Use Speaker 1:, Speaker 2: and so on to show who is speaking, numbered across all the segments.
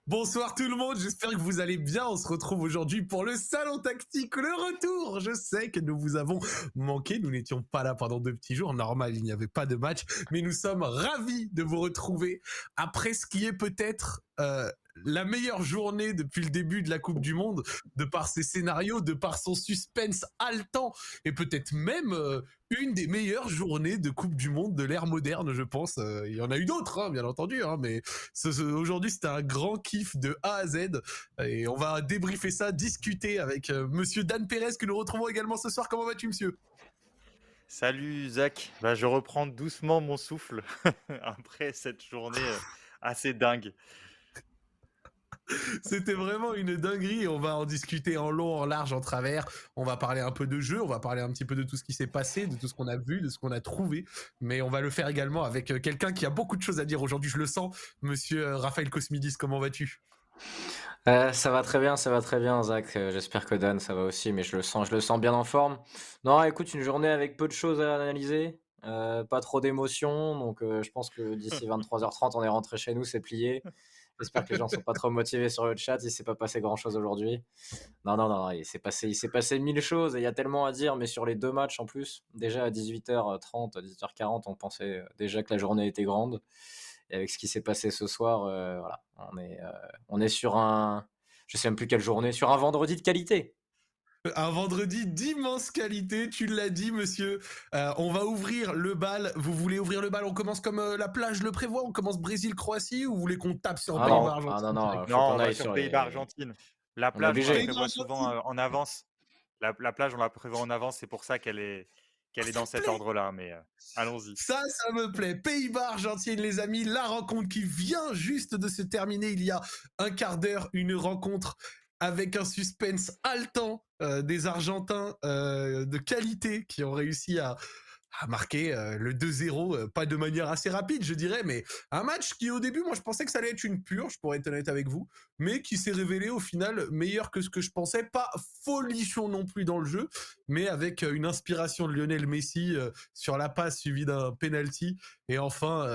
Speaker 1: Bonsoir tout le monde, j'espère que vous allez bien. On se retrouve aujourd'hui pour le Salon Tactique, le retour. Je sais que nous vous avons manqué, nous n'étions pas là pendant 2 petits jours. Normal, il n'y avait pas de match, mais nous sommes ravis de vous retrouver après ce qui est peut-être la meilleure journée depuis le début de la Coupe du Monde, de par ses scénarios, de par son suspense haletant, et peut-être même une des meilleures journées de Coupe du Monde de l'ère moderne, je pense. Il y en a eu d'autres, hein, bien entendu, hein, mais aujourd'hui, c'était un grand kiff de A à Z. Et on va débriefer ça, discuter avec monsieur Dan Pérez, que nous retrouvons également ce soir. Comment vas-tu, monsieur?
Speaker 2: Salut Zach, je reprends doucement mon souffle après cette journée assez dingue.
Speaker 1: C'était vraiment une dinguerie. On va en discuter en long, en large, en travers. On va parler un peu de jeu, on va parler un petit peu de tout ce qui s'est passé, de tout ce qu'on a vu, de ce qu'on a trouvé. Mais on va le faire également avec quelqu'un qui a beaucoup de choses à dire aujourd'hui. Je le sens, monsieur Raphaël Cosmidis. Comment vas-tu?
Speaker 3: Ça va très bien, Zach. J'espère que Dan, ça va aussi, mais je le sens bien en forme. Non, écoute, une journée avec peu de choses à analyser, pas trop d'émotions, donc je pense que d'ici 23h30, on est rentré chez nous, c'est plié. J'espère que les gens sont pas trop motivés sur le chat, il s'est pas passé grand-chose aujourd'hui. Non, non, non, il s'est passé mille choses et il y a tellement à dire, mais sur les deux matchs en plus, déjà à 18h30, à 18h40, on pensait déjà que la journée était grande. Et avec ce qui s'est passé ce soir, voilà, on est sur un, je sais même plus quelle journée, sur un vendredi de qualité.
Speaker 1: Un vendredi d'immense qualité, tu l'as dit, monsieur. On va ouvrir le bal. Vous voulez ouvrir le bal? On commence comme la plage le prévoit. On commence Brésil-Croatie ou vous voulez qu'on tape sur
Speaker 3: Ah non, ah non,
Speaker 1: Pays-Bas-Argentine
Speaker 3: non,
Speaker 1: direct?
Speaker 3: faut
Speaker 2: Non,
Speaker 3: qu'on
Speaker 2: on va
Speaker 3: aille
Speaker 2: sur
Speaker 3: sur les.
Speaker 2: Pays-Bas-Argentine. La
Speaker 3: On est
Speaker 2: plage, on la
Speaker 3: obligé.
Speaker 2: prévoit souvent
Speaker 1: Pays-Bas-Argentine.
Speaker 2: en avance. La plage, on la prévoit en avance, c'est pour ça qu'elle est
Speaker 1: Ça
Speaker 2: dans
Speaker 1: me
Speaker 2: cet
Speaker 1: plaît.
Speaker 2: ordre-là. Mais allons-y.
Speaker 1: Ça me plaît. Pays-Bas-Argentine, les amis. La rencontre qui vient juste de se terminer il y a un quart d'heure. Une rencontre avec un suspense haletant des Argentins de qualité qui ont réussi à marquer le 2-0, pas de manière assez rapide, je dirais, mais un match qui, au début, moi, je pensais que ça allait être une purge, pour être honnête avec vous, mais qui s'est révélé au final meilleur que ce que je pensais. Pas folichon non plus dans le jeu, mais avec une inspiration de Lionel Messi sur la passe suivie d'un penalty. Et enfin,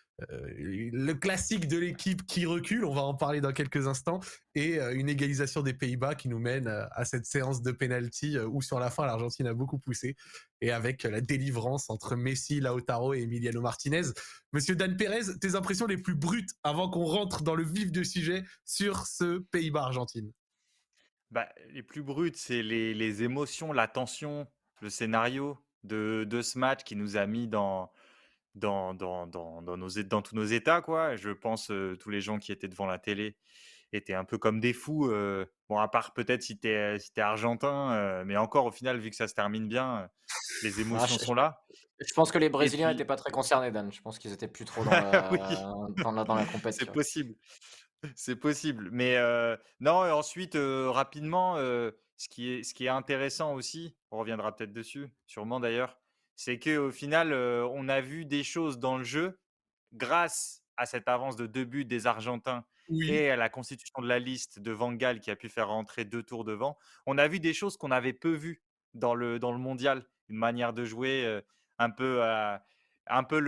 Speaker 1: le classique de l'équipe qui recule, on va en parler dans quelques instants, et une égalisation des Pays-Bas qui nous mène à cette séance de penalty où sur la fin l'Argentine a beaucoup poussé, et avec la délivrance entre Messi, Lautaro et Emiliano Martinez. Monsieur Dan Pérez, tes impressions les plus brutes avant qu'on rentre dans le vif du sujet sur ce Pays-Bas-Argentine?
Speaker 2: Les plus brutes, c'est les émotions, la tension, le scénario de ce match qui nous a mis dans tous nos états, quoi. Je pense tous les gens qui étaient devant la télé étaient un peu comme des fous. Bon, à part peut-être si t'es argentin, mais encore au final, vu que ça se termine bien, les
Speaker 3: Ah,
Speaker 2: émotions
Speaker 3: je,
Speaker 2: sont là.
Speaker 3: je pense que les
Speaker 2: Et
Speaker 3: Brésiliens étaient
Speaker 2: puis,
Speaker 3: pas très concernés, Dan. Je pense qu'ils étaient plus trop dans
Speaker 2: oui,
Speaker 3: la compète,
Speaker 2: c'est
Speaker 3: tu vois.
Speaker 2: possible. C'est possible. Mais non, et ensuite, rapidement, ce qui est intéressant aussi, on reviendra peut-être dessus, sûrement d'ailleurs, c'est qu'au final, on a vu des choses dans le jeu grâce à cette avance de 2 buts des Argentins
Speaker 1: Oui.
Speaker 2: et à la constitution de la liste de Van Gaal qui a pu faire rentrer 2 tours devant. On a vu des choses qu'on avait peu vues dans le mondial. Une manière de jouer, un peu un peu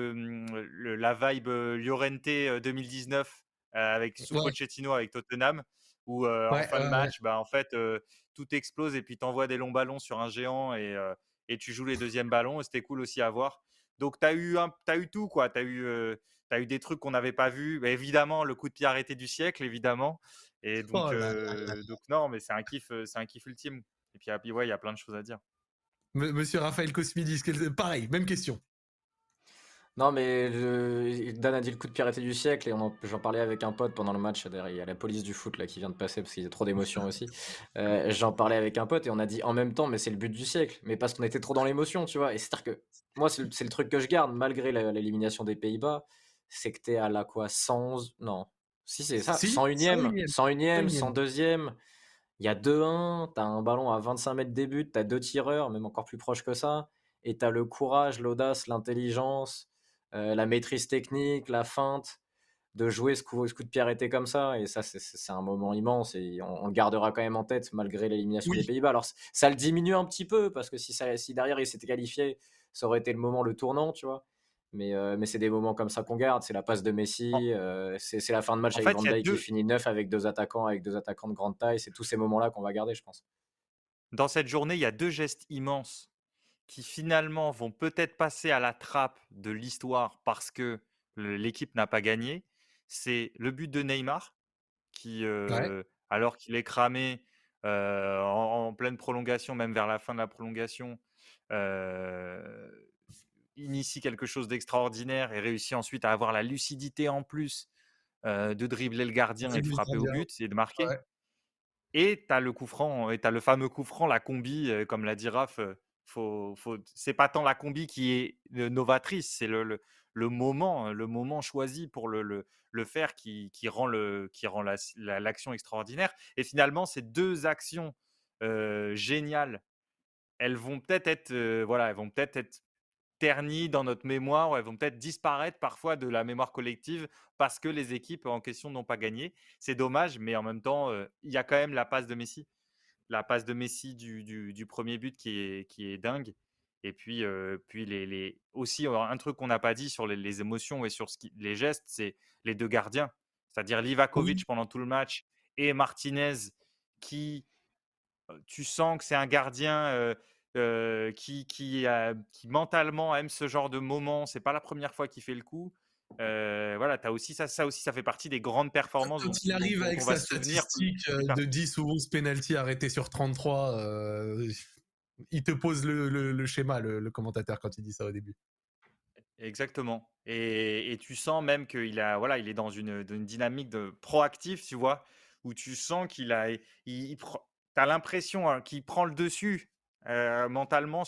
Speaker 2: la vibe, Llorente, 2019, avec sous
Speaker 1: Ouais,
Speaker 2: Pochettino avec Tottenham où, en
Speaker 1: ouais,
Speaker 2: fin de
Speaker 1: ouais, ouais.
Speaker 2: match, en fait, tout explose et puis tu envoies des longs ballons sur un géant et tu joues les deuxièmes ballons et c'était cool aussi à voir. Donc tu as eu tout quoi, tu as eu des trucs qu'on n'avait pas vus. Bah, évidemment, le coup de pied arrêté du siècle, évidemment. Et
Speaker 1: Oh là là.
Speaker 2: donc non, mais c'est un kiff ultime. Et puis ouais, il y a plein de choses à dire.
Speaker 1: Monsieur Raphaël Cosmidis, pareil, même question.
Speaker 3: Non, mais Dan a dit le coup de pied arrêté du siècle et j'en parlais avec un pote pendant le match. D'ailleurs, il y a la police du foot là qui vient de passer parce qu'il y a trop d'émotions aussi. J'en parlais avec un pote et on a dit en même temps, mais c'est le but du siècle. Mais parce qu'on était trop dans l'émotion, tu vois. Et c'est-à-dire que moi, c'est le truc que je garde malgré l'élimination des Pays-Bas, c'est que t'es à la quoi 111, non. Si, c'est ça,
Speaker 1: Si,
Speaker 3: 101e,
Speaker 1: 101e.
Speaker 3: 101e,
Speaker 1: 101e.
Speaker 3: 102e. Il y a 2-1, t'as un ballon à 25 mètres des buts, t'as deux tireurs, même encore plus proche que ça, et t'as le courage, l'audace, l'intelligence, la maîtrise technique, la feinte, de jouer ce coup de pied arrêté comme ça. Et ça, c'est un moment immense et on le gardera quand même en tête malgré l'élimination des
Speaker 1: Oui.
Speaker 3: Pays-Bas. Alors, ça le diminue un petit peu parce que si derrière il s'était qualifié, ça aurait été le moment, le tournant, tu vois. Mais c'est des moments comme ça qu'on garde. C'est la passe de
Speaker 2: En,
Speaker 3: Messi, c'est la fin de match
Speaker 2: en
Speaker 3: avec
Speaker 2: fait,
Speaker 3: Van
Speaker 2: il y a
Speaker 3: Dijk qui
Speaker 2: deux.
Speaker 3: finit 9 avec deux attaquants de grande taille. C'est tous ces moments-là qu'on va garder, je pense.
Speaker 2: Dans cette journée, il y a deux gestes immenses qui finalement vont peut-être passer à la trappe de l'histoire parce que l'équipe n'a pas gagné. C'est le but de Neymar qui,
Speaker 1: Ouais.
Speaker 2: alors qu'il est cramé en pleine prolongation, même vers la fin de la prolongation, euh, initie quelque chose d'extraordinaire et réussit ensuite à avoir la lucidité en plus de dribbler le gardien et de
Speaker 1: Dribbler le
Speaker 2: frapper au
Speaker 1: gardien.
Speaker 2: but et de marquer.
Speaker 1: Ouais.
Speaker 2: Et tu as le coup franc, et tu as le fameux coup franc, la combi, comme l'a dit Raph, c'est pas tant la combi qui est novatrice, c'est le moment choisi pour le faire qui rend, qui rend l'action extraordinaire. Et finalement, ces deux actions géniales, elles vont peut-être être, voilà, elles vont peut-être être ternies dans notre mémoire, ou elles vont peut-être disparaître parfois de la mémoire collective parce que les équipes en question n'ont pas gagné. C'est dommage, mais en même temps, il y a quand même la passe de Messi. La passe de Messi du premier but qui est dingue. Et puis aussi, un truc qu'on n'a pas dit sur les émotions et sur les gestes, c'est les deux gardiens. C'est-à-dire
Speaker 1: Oui.
Speaker 2: Livakovic pendant tout le match et Martinez qui, tu sens que c'est un gardien qui mentalement aime ce genre de moment. C'est pas la première fois qu'il fait le coup. Voilà, as aussi ça aussi, ça fait partie des grandes performances
Speaker 1: Quand il arrive
Speaker 2: dont
Speaker 1: avec
Speaker 2: on va
Speaker 1: sa
Speaker 2: se souvenir
Speaker 1: statistique
Speaker 2: plus tard.
Speaker 1: de 10 ou 11 penalties arrêtés sur 33, il te pose le schéma, le commentateur, quand il dit ça au début.
Speaker 2: Exactement. Et tu sens même voilà, il est dans une dynamique de proactif, tu vois, où tu sens t'as l'impression qu'il prend le dessus mentalement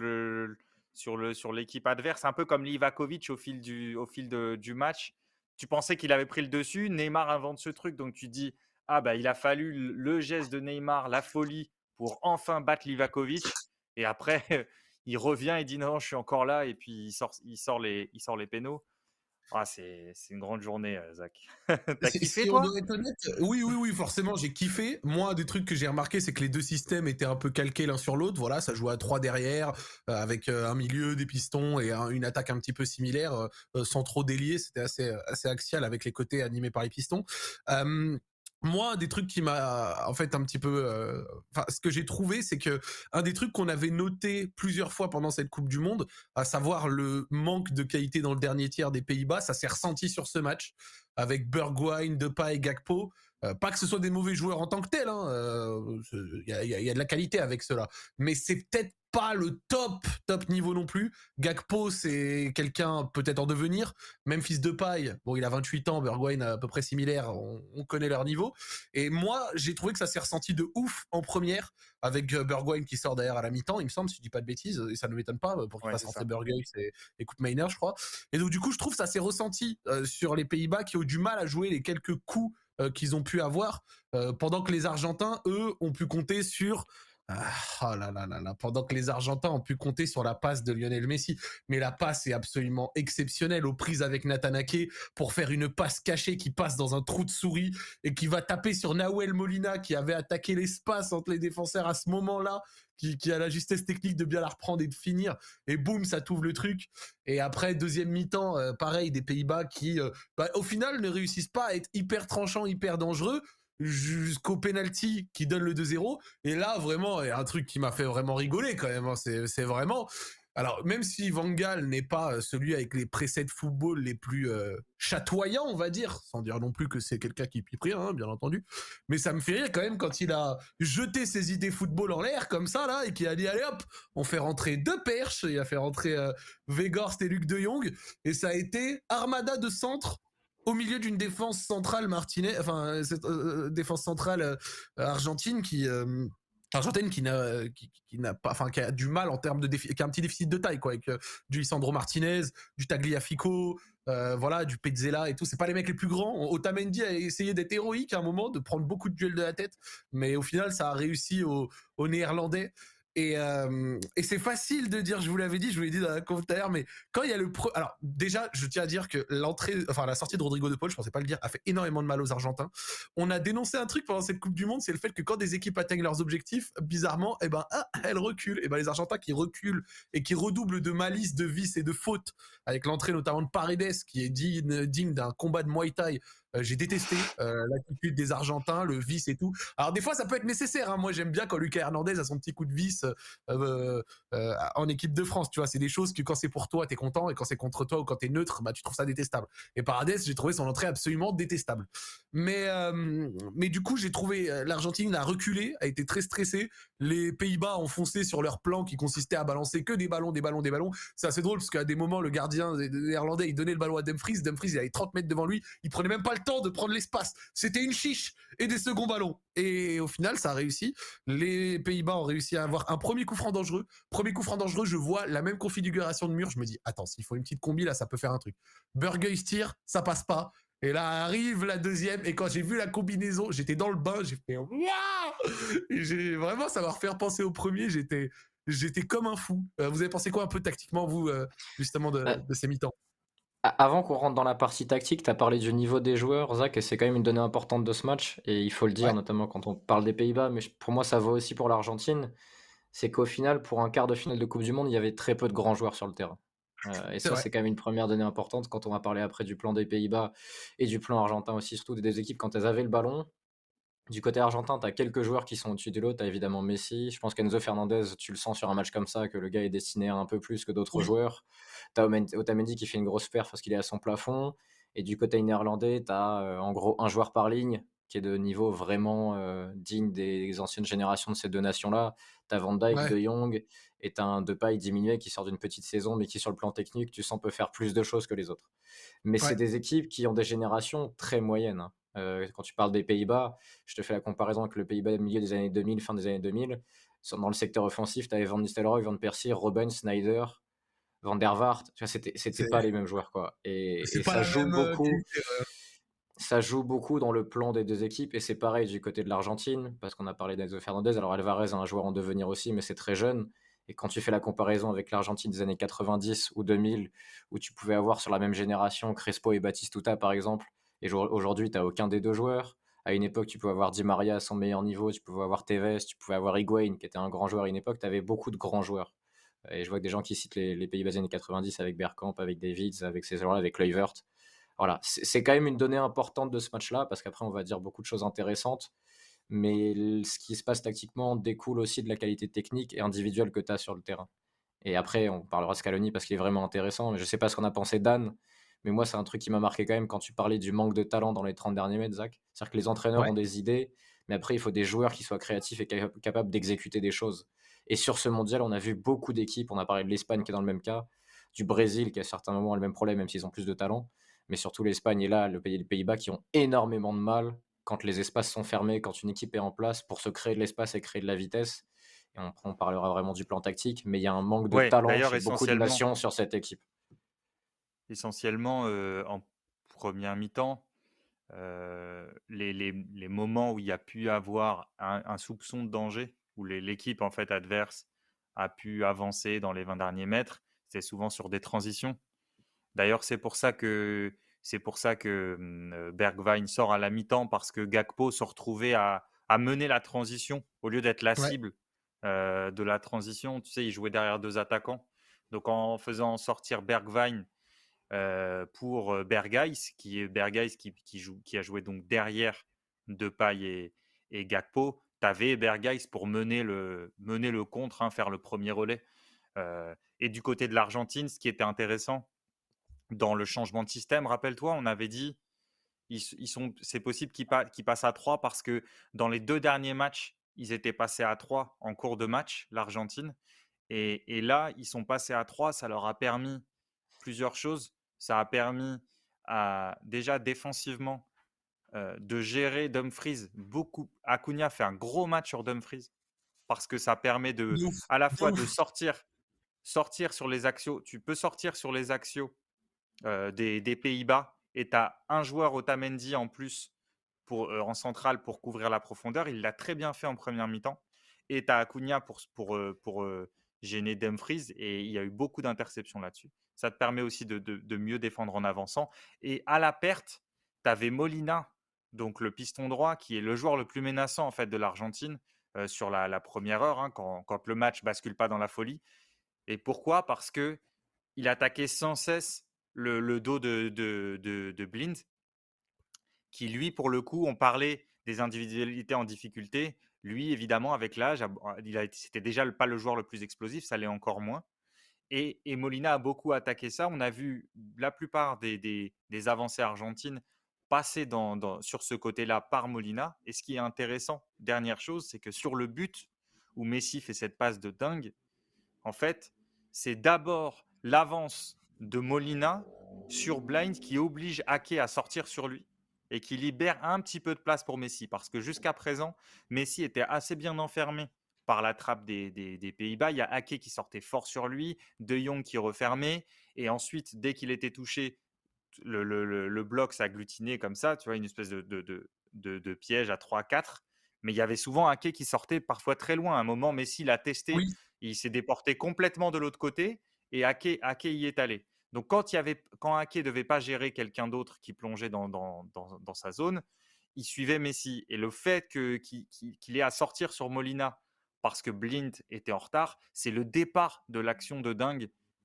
Speaker 2: sur l'équipe adverse, un peu comme Livakovic au fil du match. Tu pensais qu'il avait pris le dessus, Neymar invente ce truc, donc tu dis, ah bah il a fallu le geste de Neymar, la folie, pour enfin battre Livakovic. Et après, il revient et dit non, je suis encore là, et puis il sort les pénaux. Ah, c'est une grande journée, Zach. T'as kiffé,
Speaker 1: Si on
Speaker 2: toi?
Speaker 1: doit être honnête, oui, oui, oui, forcément, j'ai kiffé. Moi, des trucs que j'ai remarqué, c'est que les deux systèmes étaient un peu calqués l'un sur l'autre. Voilà, ça jouait à 3 derrière, avec un milieu, des pistons et une attaque un petit peu similaire, sans trop délier. C'était assez axial avec les côtés animés par les pistons. Euh, Moi, des trucs qui m'a en fait un petit peu, enfin, ce que j'ai trouvé, c'est que un des trucs qu'on avait noté plusieurs fois pendant cette Coupe du Monde, à savoir le manque de qualité dans le dernier tiers des Pays-Bas, ça s'est ressenti sur ce match avec Bergwijn, Depay, Gakpo. Pas que ce soit des mauvais joueurs en tant que tels, y a de la qualité avec cela, mais c'est peut-être pas le top niveau non plus. Gakpo, c'est quelqu'un peut-être en devenir. Memphis Depay, bon, il a 28 ans, Bergwijn à peu près similaire, on connaît leur niveau. Et moi, j'ai trouvé que ça s'est ressenti de ouf en première, avec Bergwijn qui sort derrière à la mi-temps, il me semble, si je dis pas de bêtises, et ça ne m'étonne pas pour qu'il
Speaker 2: Ouais,
Speaker 1: fasse
Speaker 2: c'est
Speaker 1: rentrer
Speaker 2: ça.
Speaker 1: Bergwijn et Koopmeiners, je crois. Et donc, du coup, je trouve que ça s'est ressenti sur les Pays-Bas qui ont du mal à jouer les quelques coups qu'ils ont pu avoir, pendant que les Argentins, eux, ont pu compter sur pendant que les Argentins ont pu compter sur la passe de Lionel Messi. Mais la passe est absolument exceptionnelle aux prises avec Nathan Ake pour faire une passe cachée qui passe dans un trou de souris et qui va taper sur Nahuel Molina qui avait attaqué l'espace entre les défenseurs à ce moment-là, qui a la justesse technique de bien la reprendre et de finir. Et boum, ça t'ouvre le truc. Et après, deuxième mi-temps, pareil, des Pays-Bas qui, au final, ne réussissent pas à être hyper tranchants, hyper dangereux, jusqu'au penalty qui donne le 2-0. Et là, vraiment, il y a un truc qui m'a fait vraiment rigoler quand même. C'est vraiment. Alors, même si Van Gaal n'est pas celui avec les presets de football les plus chatoyants, on va dire, sans dire non plus que c'est quelqu'un qui pipe rien, hein, bien entendu, mais ça me fait rire quand même quand il a jeté ses idées football en l'air comme ça, là, et qu'il a dit, allez hop, on fait rentrer deux perches, il a fait rentrer Weghorst et Luc de Jong, et ça a été armada de centre au milieu d'une défense centrale martinez, enfin cette défense centrale argentine qui n'a pas, enfin qui a du mal en termes de qui a un petit déficit de taille quoi, avec du Lisandro Martinez, du Tagliafico, voilà, du Pezzella et tout. C'est pas les mecs les plus grands. Otamendi a essayé d'être héroïque à un moment, de prendre beaucoup de duels de la tête, mais au final ça a réussi aux Néerlandais. Et c'est facile de dire, je vous l'avais dit, je vous l'ai dit dans la conf tout à l'heure, mais quand il y a alors déjà, je tiens à dire que la sortie de Rodrigo de Paul, je pensais pas le dire, a fait énormément de mal aux Argentins. On a dénoncé un truc pendant cette Coupe du Monde, c'est le fait que quand des équipes atteignent leurs objectifs, bizarrement, elles reculent. Et ben les Argentins qui reculent et qui redoublent de malice, de vices et de fautes, avec l'entrée notamment de Paredes, qui est digne d'un combat de Muay Thai. J'ai détesté l'attitude des Argentins, le vice et tout. Alors des fois, ça peut être nécessaire. Hein. Moi, j'aime bien quand Lucas Hernandez a son petit coup de vis en équipe de France. Tu vois, c'est des choses que quand c'est pour toi, t'es content, et quand c'est contre toi ou quand t'es neutre, bah tu trouves ça détestable. Et Paredes, j'ai trouvé son entrée absolument détestable. Mais du coup, j'ai trouvé l'Argentine a reculé, a été très stressée. Les Pays-Bas ont foncé sur leur plan qui consistait à balancer que des ballons, des ballons, des ballons. C'est assez drôle parce qu'à des moments, le gardien néerlandais, il donnait le ballon à Dumfries. Dumfries, il avait 30 mètres devant lui. Il prenait même pas le temps de prendre l'espace. C'était une chiche et des seconds ballons. Et au final, ça a réussi. Les Pays-Bas ont réussi à avoir un premier coup franc dangereux. Premier coup franc dangereux, je vois la même configuration de mur. Je me dis, attends, s'il faut une petite combi, là, ça peut faire un truc. Burgueil tire, ça passe pas. Et là arrive la deuxième. Et quand j'ai vu la combinaison, j'étais dans le bain. J'ai fait waouh. Et j'ai vraiment, ça m'a refait penser au premier. J'étais comme un fou. Vous avez pensé quoi un peu tactiquement, vous, justement,
Speaker 3: Euh,
Speaker 1: de ces mi-temps?
Speaker 3: Avant qu'on rentre dans la partie tactique, tu as parlé du niveau des joueurs, Zach, et c'est quand même une donnée importante de ce match. Et il faut le dire,
Speaker 1: Ouais,
Speaker 3: notamment quand on parle des Pays-Bas, mais pour moi, ça vaut aussi pour l'Argentine. C'est qu'au final, pour un quart de finale de Coupe du Monde, il y avait très peu de grands joueurs sur le terrain. Et
Speaker 1: c'est
Speaker 3: ça,
Speaker 1: vrai.
Speaker 3: c'est quand même une première donnée importante quand on va parler après du plan des Pays-Bas et du plan argentin aussi, surtout des équipes quand elles avaient le ballon. Du côté argentin, tu as quelques joueurs qui sont au-dessus de l'autre. Tu as évidemment Messi. Je pense qu'Enzo Fernandez, tu le sens sur un match comme ça, que le gars est destiné à un peu plus que d'autres
Speaker 1: Oui,
Speaker 3: joueurs. Tu as Otamendi qui fait une grosse perf parce qu'il est à son plafond. Et du côté néerlandais, tu as en gros un joueur par ligne qui est de niveau vraiment digne des anciennes générations de ces deux nations-là. Tu as Van Dijk,
Speaker 1: ouais,
Speaker 3: De Jong et tu as un Depay diminué qui sort d'une petite saison, mais qui sur le plan technique, tu sens peut faire plus de choses que les autres. Mais c'est
Speaker 1: ouais.
Speaker 3: des équipes qui ont des générations très moyennes. Hein. Quand tu parles des Pays-Bas, je te fais la comparaison avec le Pays-Bas milieu des années 2000, fin des années 2000. Dans le secteur offensif, tu avais Van Nistelrooy, Van Persie, Robben, Snyder, Van der Vaart. Tu vois, c'était pas
Speaker 1: C'est
Speaker 3: les mêmes joueurs, quoi. Et
Speaker 1: c'est pas
Speaker 3: ça
Speaker 1: la
Speaker 3: joue
Speaker 1: même
Speaker 3: beaucoup.
Speaker 1: qualité. Ouais.
Speaker 3: Ça joue beaucoup dans le plan des deux équipes. Et c'est pareil du côté de l'Argentine, parce qu'on a parlé d'Enzo Fernandez. Alors Alvarez est un joueur en devenir aussi, mais c'est très jeune. Et quand tu fais la comparaison avec l'Argentine des années 90 ou 2000, où tu pouvais avoir sur la même génération Crespo et Batistuta, par exemple, et aujourd'hui, tu n'as aucun des deux joueurs. À une époque, tu pouvais avoir Di Maria à son meilleur niveau, tu pouvais avoir Tevez, tu pouvais avoir Higuaín, qui était un grand joueur à une époque. Tu avais beaucoup de grands joueurs. Et je vois que des gens qui citent les Pays-Bas des années 90 avec Bergkamp, avec Davids, avec ces joueurs-là, avec Kluivert. Voilà, c'est quand même une donnée importante de ce match-là, parce qu'après, on va dire beaucoup de choses intéressantes. Mais ce qui se passe tactiquement découle aussi de la qualité technique et individuelle que tu as sur le terrain. Et après, on parlera de Scaloni parce qu'il est vraiment intéressant. Mais je sais pas ce qu'on a pensé d'Anne, mais moi, c'est un truc qui m'a marqué quand même quand tu parlais du manque de talent dans les 30 derniers mètres, Zach. C'est-à-dire que les entraîneurs
Speaker 1: Ouais.
Speaker 3: ont des idées, mais après, il faut des joueurs qui soient créatifs et capables d'exécuter des choses. Et sur ce mondial, on a vu beaucoup d'équipes. On a parlé de l'Espagne qui est dans le même cas, du Brésil qui à certains moments a le même problème, même s'ils ont plus de talent. Mais surtout l'Espagne et là, les Pays-Bas qui ont énormément de mal quand les espaces sont fermés, quand une équipe est en place pour se créer de l'espace et créer de la vitesse. Et on parlera vraiment du plan tactique, mais il y a un manque de
Speaker 2: Ouais,
Speaker 3: talent
Speaker 2: d'ailleurs,
Speaker 3: chez beaucoup de nations sur cette équipe.
Speaker 2: essentiellement en première mi-temps, les moments où il y a pu avoir un soupçon de danger, où l'équipe en fait adverse a pu avancer dans les 20 derniers mètres, c'est souvent sur des transitions. D'ailleurs, c'est pour ça que Bergwijn sort à la mi-temps parce que Gakpo se retrouvait à mener la transition au lieu d'être la
Speaker 1: Ouais.
Speaker 2: cible de la transition. Tu sais, il jouait derrière deux attaquants. Donc en faisant sortir Bergwijn pour Berghuis, qui a joué donc derrière Depay et Gakpo, tu avais Berghuis pour mener le contre, hein, faire le premier relais. Et du côté de l'Argentine, ce qui était intéressant dans le changement de système, rappelle-toi, on avait dit c'est possible qu'ils passent à 3 parce que dans les deux derniers matchs, ils étaient passés à 3 en cours de match, l'Argentine. Et là, ils sont passés à 3, ça leur a permis plusieurs choses. Ça a permis déjà défensivement de gérer Dumfries beaucoup. Acuna fait un gros match sur Dumfries parce que ça permet
Speaker 1: De ouf.
Speaker 2: à la
Speaker 1: De
Speaker 2: fois de
Speaker 1: ouf.
Speaker 2: sortir sur les axiaux. Tu peux sortir sur les axiaux des Pays-Bas et tu as un joueur Otamendi en plus en centrale pour couvrir la profondeur. Il l'a très bien fait en première mi-temps. et tu as Acuna pour gêner Dumfries, et il y a eu beaucoup d'interceptions là-dessus. Ça te permet aussi de mieux défendre en avançant. Et à la perte, tu avais Molina, donc le piston droit, qui est le joueur le plus menaçant en fait de l'Argentine sur la première heure, hein, quand le match bascule pas dans la folie. Et pourquoi? Parce que il attaquait sans cesse le dos de Blind, qui lui, pour le coup, on parlait des individualités en difficulté. Lui, évidemment, avec l'âge, c'était déjà pas le joueur le plus explosif, ça l'est encore moins. Et Molina a beaucoup attaqué ça. On a vu la plupart des avancées argentines passer sur ce côté-là par Molina. Et ce qui est intéressant, dernière chose, c'est que sur le but où Messi fait cette passe de dingue, en fait, c'est d'abord l'avance de Molina sur Blind qui oblige Ake à sortir sur lui et qui libère un petit peu de place pour Messi. Parce que jusqu'à présent, Messi était assez bien enfermé par la trappe des Pays-Bas. Il y a Ake qui sortait fort sur lui, De Jong qui refermait. Et ensuite, dès qu'il était touché, le bloc s'agglutinait comme ça, tu vois, une espèce de piège à 3-4. Mais il y avait souvent Ake qui sortait parfois très loin. À un moment, Messi l'a testé,
Speaker 1: Oui,
Speaker 2: il s'est déporté complètement de l'autre côté et Ake y est allé. Donc quand Ake ne devait pas gérer quelqu'un d'autre qui plongeait dans sa zone, il suivait Messi. Et le fait qu'il ait à sortir sur Molina parce que Blind était en retard, c'est le départ de l'action de dingue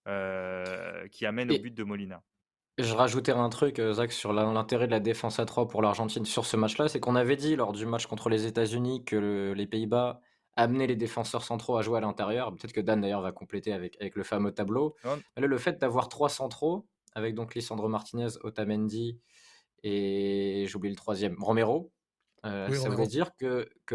Speaker 2: qui amène au
Speaker 3: Et
Speaker 2: but de Molina.
Speaker 3: je rajouterai un truc, Zach, sur l'intérêt de la défense à 3 pour l'Argentine sur ce match-là, c'est qu'on avait dit lors du match contre les États-Unis que les Pays-Bas amenaient les défenseurs centraux à jouer à l'intérieur. Peut-être que Dan d'ailleurs va compléter avec le fameux tableau.
Speaker 2: Non,
Speaker 3: Là, le fait d'avoir 3 centraux, avec donc Lisandro Martinez, Otamendi et j'oublie le troisième, Romero,
Speaker 1: oui,
Speaker 3: ça voulait
Speaker 1: Romero.
Speaker 3: dire que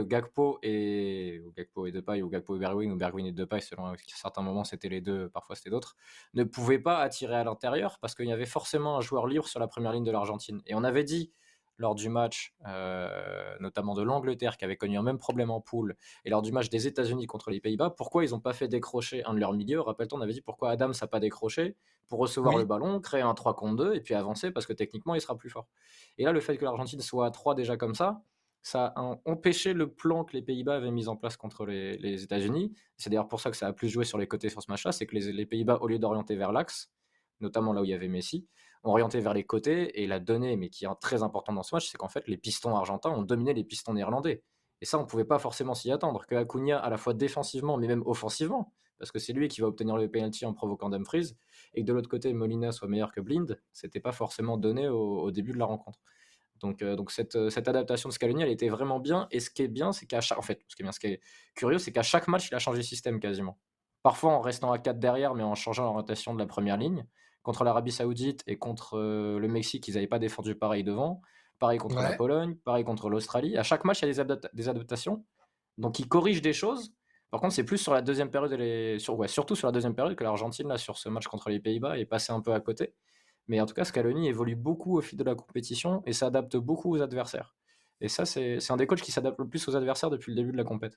Speaker 3: Gakpo et Depay, ou Gakpo et Bergwijn, ou Bergwijn et Depay, selon à certains moments c'était les deux, parfois c'était d'autres, ne pouvaient pas attirer à l'intérieur parce qu'il y avait forcément un joueur libre sur la première ligne de l'Argentine. Et on avait dit lors du match, notamment de l'Angleterre, qui avait connu un même problème en poule, et lors du match des États-Unis contre les Pays-Bas, pourquoi ils n'ont pas fait décrocher un de leurs milieux. Rappelle-toi, on avait dit pourquoi Adams n'a pas décroché pour recevoir le
Speaker 1: Oui,
Speaker 3: ballon, créer un 3 contre 2 et puis avancer parce que techniquement il sera plus fort. Et là, le fait que l'Argentine soit à 3 déjà comme ça a empêché le plan que les Pays-Bas avaient mis en place contre les États-Unis. C'est d'ailleurs pour ça que ça a plus joué sur les côtés sur ce match-là, c'est que les Pays-Bas, au lieu d'orienter vers l'axe, notamment là où il y avait Messi, ont orienté vers les côtés. Et la donnée, mais qui est très importante dans ce match, c'est qu'en fait, les pistons argentins ont dominé les pistons néerlandais. Et ça, on ne pouvait pas forcément s'y attendre. Que Acuna, à la fois défensivement, mais même offensivement, parce que c'est lui qui va obtenir le penalty en provoquant Dumfries, et que de l'autre côté, Molina soit meilleur que Blind, c'était pas forcément donné au début de la rencontre. Donc cette adaptation de Scaloni, elle était vraiment bien. Et ce qui est bien, c'est qu'à chaque, en fait, ce qui est curieux, c'est qu'à chaque match, il a changé de système quasiment. Parfois en restant à 4 derrière, mais en changeant l'orientation de la première ligne. Contre l'Arabie Saoudite et contre le Mexique, ils n'avaient pas défendu pareil devant. Pareil contre la
Speaker 1: ouais.
Speaker 3: Pologne, pareil contre l'Australie. À chaque match, il y a des adaptations. Donc il corrige des choses. Par contre, c'est plus sur la deuxième période, surtout sur la deuxième période, que l'Argentine, là, sur ce match contre les Pays-Bas, est passée un peu à côté. Mais en tout cas, Scaloni évolue beaucoup au fil de la compétition et s'adapte beaucoup aux adversaires. Et ça, c'est un des coachs qui s'adapte le plus aux adversaires depuis le début de la compète.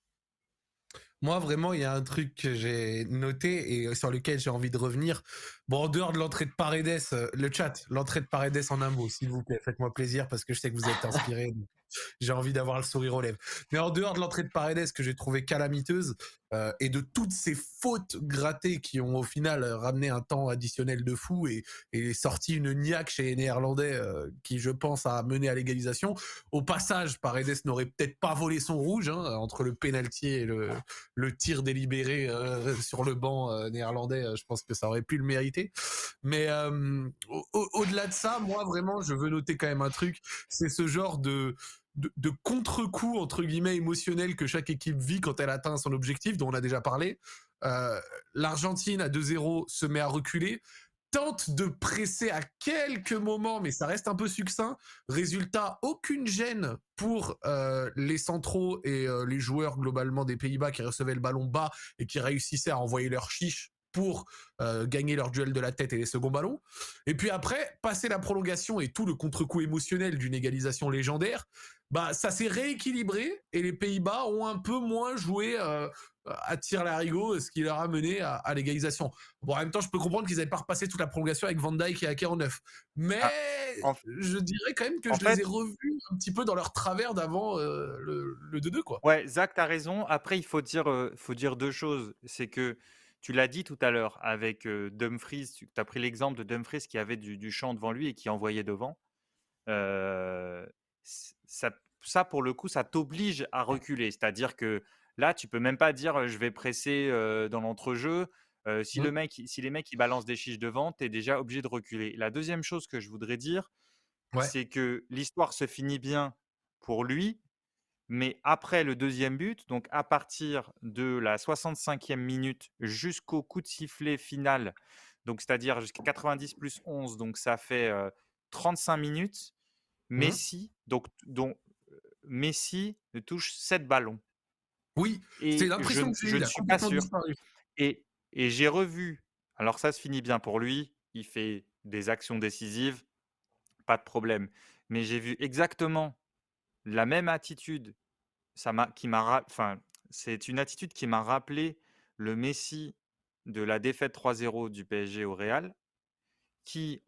Speaker 1: Moi, vraiment, il y a un truc que j'ai noté et sur lequel j'ai envie de revenir. Bon, en dehors de l'entrée de Paredes, le chat, l'entrée de Paredes en un mot, s'il vous plaît, faites-moi plaisir parce que je sais que vous êtes inspirés. J'ai envie d'avoir le sourire aux lèvres. Mais en dehors de l'entrée de Paredes que j'ai trouvé calamiteuse et de toutes ces fautes grattées qui ont au final ramené un temps additionnel de fou et sorti une niaque chez les Néerlandais qui, je pense, a mené à l'égalisation. Au passage, Paredes n'aurait peut-être pas volé son rouge hein, entre le pénalty et le tir délibéré sur le banc néerlandais. Je pense que ça aurait pu le mériter. Mais au-delà de ça, moi vraiment, je veux noter quand même un truc. C'est ce genre de contre-coup entre guillemets émotionnel que chaque équipe vit quand elle atteint son objectif, dont on a déjà parlé. L'Argentine à 2-0 se met à reculer, tente de presser à quelques moments, mais ça reste un peu succinct. Résultat, aucune gêne pour les centraux et les joueurs globalement des Pays-Bas qui recevaient le ballon bas et qui réussissaient à envoyer leur chiche pour gagner leur duel de la tête et les seconds ballons. Et puis après, passer la prolongation et tout le contre-coup émotionnel d'une égalisation légendaire, bah ça s'est rééquilibré et les Pays-Bas ont un peu moins joué à tir larigot, ce qui leur a mené à l'égalisation. Bon, en même temps, je peux comprendre qu'ils n'avaient pas repassé toute la prolongation avec Van Dijk et Ake en neuf. Mais
Speaker 2: Ah, en,
Speaker 1: je dirais quand même que
Speaker 2: en
Speaker 1: je les ai
Speaker 2: fait,
Speaker 1: revus un petit peu dans leur travers d'avant le 2-2, quoi.
Speaker 2: ouais, Zach, tu as raison. Après, il faut dire deux choses. C'est que tu l'as dit tout à l'heure avec Dumfries, tu as pris l'exemple de Dumfries qui avait du champ devant lui et qui envoyait devant. Euh, ça, ça, pour le coup, ça t'oblige à reculer. C'est-à-dire que là, tu peux même pas dire je vais presser dans l'entrejeu. Si
Speaker 1: Mm.
Speaker 2: les mecs ils balancent des chiches devant, tu es déjà obligé de reculer. La deuxième chose que je voudrais dire,
Speaker 1: Ouais.
Speaker 2: c'est que l'histoire se finit bien pour lui, mais après le deuxième but, donc à partir de la 65e minute jusqu'au coup de sifflet final, donc c'est-à-dire jusqu'à 90 plus 11, donc ça fait 35 minutes,
Speaker 1: Mm.
Speaker 2: Messi, dont Messi touche 7 ballons.
Speaker 1: Oui, c'est
Speaker 2: Et
Speaker 1: l'impression que j'ai
Speaker 2: je
Speaker 1: eue,
Speaker 2: ne
Speaker 1: il a
Speaker 2: suis pas
Speaker 1: complètement
Speaker 2: sûr.
Speaker 1: disparu.
Speaker 2: Et j'ai revu, alors ça se finit bien pour lui, il fait des actions décisives, pas de problème. Mais j'ai vu exactement la même attitude enfin, c'est une attitude qui m'a rappelé le Messi de la défaite 3-0 du PSG au Real, qui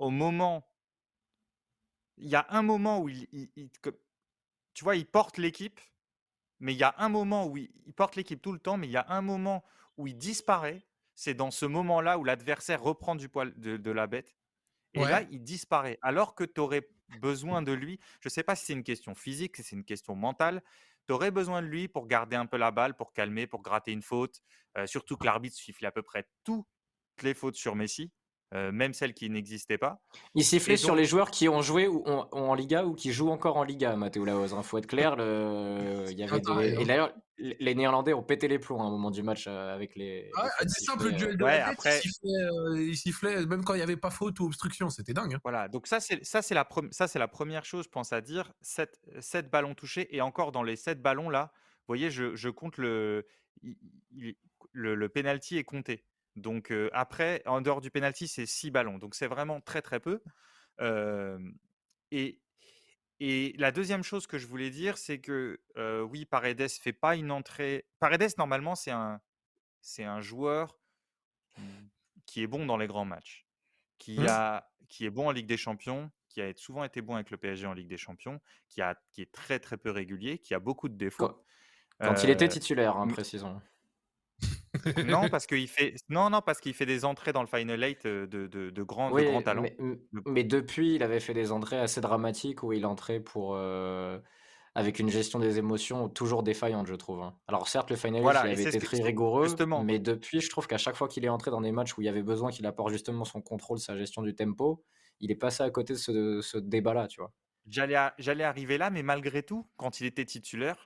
Speaker 2: il y a un moment où tu vois, il porte l'équipe, mais il y a un moment où il porte l'équipe tout le temps, mais il y a un moment où il disparaît. C'est dans ce moment-là où l'adversaire reprend du poil de la bête. Et là,
Speaker 1: Ouais.
Speaker 2: il disparaît. Alors que tu aurais besoin de lui, je ne sais pas si c'est une question physique, si c'est une question mentale, tu aurais besoin de lui pour garder un peu la balle, pour calmer, pour gratter une faute. Surtout que l'arbitre siffle à peu près toutes les fautes sur Messi, même celles qui n'existaient pas.
Speaker 3: Il sifflait
Speaker 2: Et
Speaker 3: sur les
Speaker 2: donc,
Speaker 3: joueurs qui ont joué ou en Liga ou qui jouent encore en Liga, Matteo Laoz. Faut être clair, il y
Speaker 1: Pas
Speaker 3: avait des.
Speaker 1: pareil,
Speaker 3: Et
Speaker 1: hein.
Speaker 3: d'ailleurs, les Néerlandais ont pété les plombs à un moment du match avec
Speaker 1: Ouais,
Speaker 3: les fautes
Speaker 1: des simples
Speaker 3: sifflées.
Speaker 1: duels de la
Speaker 2: ouais,
Speaker 1: tête,
Speaker 2: après,
Speaker 1: il sifflait même quand il n'y avait pas faute ou obstruction, c'était dingue, hein.
Speaker 2: voilà. Donc ça, c'est la première chose, je pense, à dire. 7 ballons touchés. Et encore, dans les 7 ballons, là, vous voyez, je compte il- il- le penalty est compté. Donc après, en dehors du penalty, c'est 6 ballons. Donc c'est vraiment très, très peu. Euh, et, et la deuxième chose que je voulais dire, c'est que oui, Paredes fait pas une entrée. Paredes, normalement, c'est un joueur qui est bon dans les grands matchs,
Speaker 1: Hmm.
Speaker 2: qui est bon en Ligue des Champions, qui a souvent été bon avec le PSG en Ligue des Champions, qui est très très peu régulier, qui a beaucoup de défauts.
Speaker 3: Quand, quand il était
Speaker 2: Euh,
Speaker 3: titulaire, hein,
Speaker 2: m-
Speaker 3: précisons.
Speaker 2: non, parce qu'il fait des entrées dans le Final Eight de grand
Speaker 3: Oui,
Speaker 2: talent.
Speaker 3: mais depuis, il avait fait des entrées assez dramatiques où il entrait avec une gestion des émotions toujours défaillante, je trouve, hein. Alors certes, le Final Eight, il
Speaker 2: Voilà, et
Speaker 3: avait été très rigoureux,
Speaker 2: justement,
Speaker 3: mais depuis, je trouve qu'à chaque fois qu'il est entré dans des matchs où il y avait besoin qu'il apporte justement son contrôle, sa gestion du tempo, il est passé à côté de ce débat-là, tu vois.
Speaker 2: j'allais arriver là, mais malgré tout, quand il était titulaire,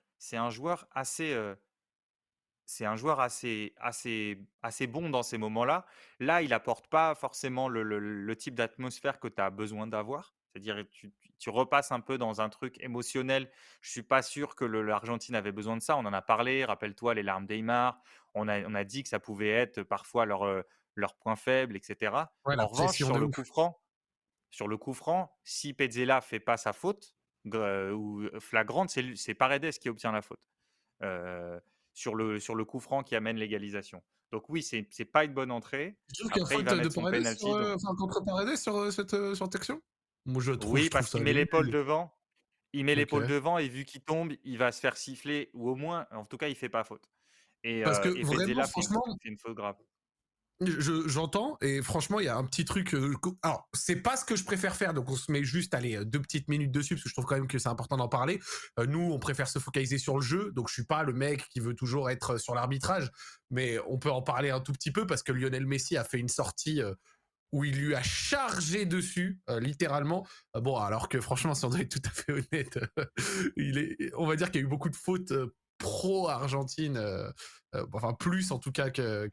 Speaker 2: c'est un joueur assez bon dans ces moments-là. Là, il apporte pas forcément le type d'atmosphère que tu as besoin d'avoir. C'est-à-dire, tu repasses un peu dans un truc émotionnel. Je suis pas sûr que l'Argentine avait besoin de ça. On en a parlé. Rappelle-toi les larmes d'Aymar. On a dit que ça pouvait être parfois leur point faible, etc.
Speaker 1: Ouais, la
Speaker 2: En revanche,
Speaker 1: pression de ouf.
Speaker 2: sur le coup franc, si Pezzella fait pas sa faute ou flagrante, c'est Paredes qui obtient la faute. Euh, sur le coup franc qui amène l'égalisation. Donc oui, c'est pas une bonne entrée.
Speaker 1: Je trouve qu'il y a
Speaker 2: Après, il
Speaker 1: faute
Speaker 2: va
Speaker 1: de
Speaker 2: mettre son
Speaker 1: Paredes sur,
Speaker 2: penalty. Donc
Speaker 1: enfin, contre Paredes sur cette action. Moi,
Speaker 2: oui,
Speaker 1: je trouve
Speaker 2: parce
Speaker 1: ça
Speaker 2: qu'il met l'épaule
Speaker 1: nul.
Speaker 2: devant. Il met
Speaker 1: Ok.
Speaker 2: l'épaule devant et vu qu'il tombe, il va se faire siffler ou au moins, en tout cas, il fait pas faute.
Speaker 1: Parce que
Speaker 2: Et
Speaker 1: vraiment,
Speaker 2: Pezzella
Speaker 1: franchement,
Speaker 2: fait une faute grave.
Speaker 1: j'entends et franchement, il y a un petit truc. Alors, c'est pas ce que je préfère faire, donc on se met juste, allez, 2 petites minutes dessus parce que je trouve quand même que c'est important d'en parler. Nous, on préfère se focaliser sur le jeu, donc je suis pas le mec qui veut toujours être sur l'arbitrage, mais on peut en parler un tout petit peu parce que Lionel Messi a fait une sortie où il lui a chargé dessus, littéralement. Bon, alors que franchement, si on doit être tout à fait honnête, on va dire qu'il y a eu beaucoup de fautes pro-Argentine, enfin plus en tout cas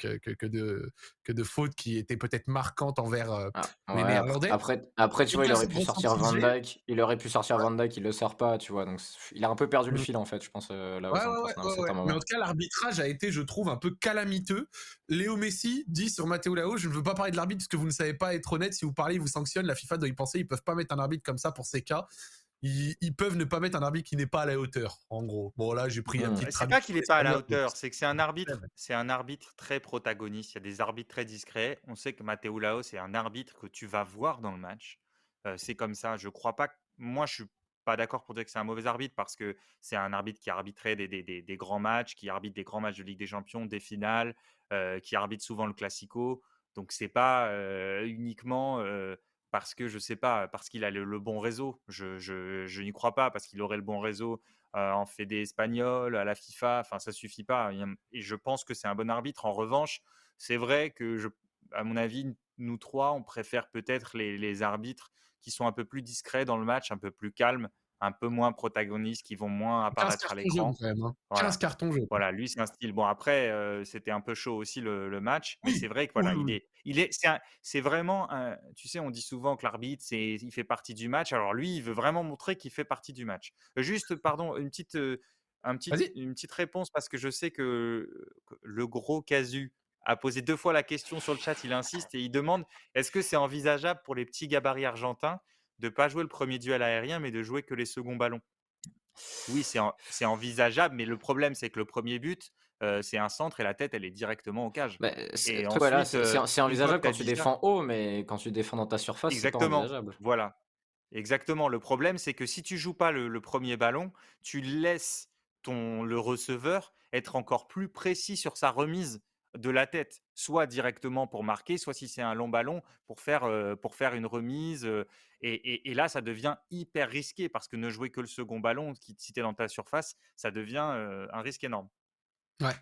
Speaker 1: que de fautes qui étaient peut-être marquantes envers
Speaker 3: Ah,
Speaker 1: les
Speaker 3: ouais,
Speaker 1: Néerlandais.
Speaker 3: après, tu
Speaker 1: En tout
Speaker 3: vois, il
Speaker 1: cas,
Speaker 3: aurait
Speaker 1: c'est le
Speaker 3: pu sortir
Speaker 1: ressenti que
Speaker 3: Van
Speaker 1: j'ai.
Speaker 3: Dijk, il le sort pas, tu vois? Donc il a un peu perdu le
Speaker 1: Ouais.
Speaker 3: fil, en fait, je pense,
Speaker 1: Ouais,
Speaker 3: Laos,
Speaker 1: ouais,
Speaker 3: à
Speaker 1: ouais,
Speaker 3: un
Speaker 1: ouais,
Speaker 3: certain
Speaker 1: ouais. Mais en
Speaker 3: moment.
Speaker 1: tout cas, l'arbitrage a été, je trouve, un peu calamiteux. Léo Messi dit sur Matteo Lao, je ne veux pas parler de l'arbitre parce que vous ne savez pas être honnête. Si vous parlez, ils vous sanctionnent. La FIFA doit y penser. Ils peuvent pas mettre un arbitre comme ça pour ces cas. Ils peuvent ne pas mettre un arbitre qui n'est pas à la hauteur, en gros. Bon, là, j'ai pris une
Speaker 3: Mmh.
Speaker 1: petite
Speaker 2: C'est pas
Speaker 1: traduction
Speaker 2: qu'il est pas à la
Speaker 1: espagnole.
Speaker 2: hauteur, c'est que c'est un arbitre très protagoniste. Il y a des arbitres très discrets. On sait que Matteo Laos c'est un arbitre que tu vas voir dans le match. C'est comme ça. Je crois pas. Moi, je suis pas d'accord pour dire que c'est un mauvais arbitre parce que c'est un arbitre qui a arbitré des grands matchs, qui arbitre des grands matchs de Ligue des Champions, des finales, qui arbitre souvent le Classico. Donc c'est pas uniquement parce que je sais pas, parce qu'il a le bon réseau. Je n'y crois pas parce qu'il aurait le bon réseau en fédé espagnol, à la FIFA, enfin ça suffit pas. Et je pense que c'est un bon arbitre. En revanche, c'est vrai que à mon avis, nous trois, on préfère peut-être les arbitres qui sont un peu plus discrets dans le match, un peu plus calmes, un peu moins protagonistes, qui vont moins
Speaker 1: 15
Speaker 2: apparaître à
Speaker 1: cartons jaunes
Speaker 2: l'écran.
Speaker 1: quand même. Hein. 15
Speaker 2: Voilà.
Speaker 1: cartons jaunes.
Speaker 2: Voilà, lui, c'est un style. Bon, après, c'était un peu chaud aussi le match, mais c'est
Speaker 1: Oui,
Speaker 2: vrai que
Speaker 1: oui,
Speaker 2: voilà,
Speaker 1: oui.
Speaker 2: c'est vraiment tu sais, on dit souvent que l'arbitre, il fait partie du match. Alors lui, il veut vraiment montrer qu'il fait partie du match. Juste, pardon,
Speaker 1: Vas-y.
Speaker 2: une petite réponse parce que je sais que le gros Casu a posé 2 fois la question sur le chat, il insiste et il demande: «Est-ce que c'est envisageable pour les petits gabarits argentins de pas jouer le premier duel aérien, mais de jouer que les seconds ballons?» Oui, c'est envisageable, mais le problème, c'est que le premier but, c'est un centre et la tête, elle est directement au cage.
Speaker 3: Bah, c'est
Speaker 2: Et
Speaker 3: le truc, voilà,
Speaker 2: ensuite,
Speaker 3: c'est
Speaker 2: une fois que
Speaker 3: envisageable
Speaker 2: tu
Speaker 3: quand
Speaker 2: as
Speaker 3: tu
Speaker 2: dit ça
Speaker 3: défends haut, mais quand tu défends dans ta surface, c'est pas
Speaker 2: exactement,
Speaker 3: envisageable.
Speaker 2: voilà, exactement. Le problème, c'est que si tu joues pas le 1er ballon, tu laisses le receveur être encore plus précis sur sa remise de la tête, soit directement pour marquer, soit si c'est un long ballon pour faire une remise, et là, ça devient hyper risqué parce que ne jouer que le second ballon, si tu es dans ta surface, ça devient, un risque énorme.
Speaker 1: Ouais.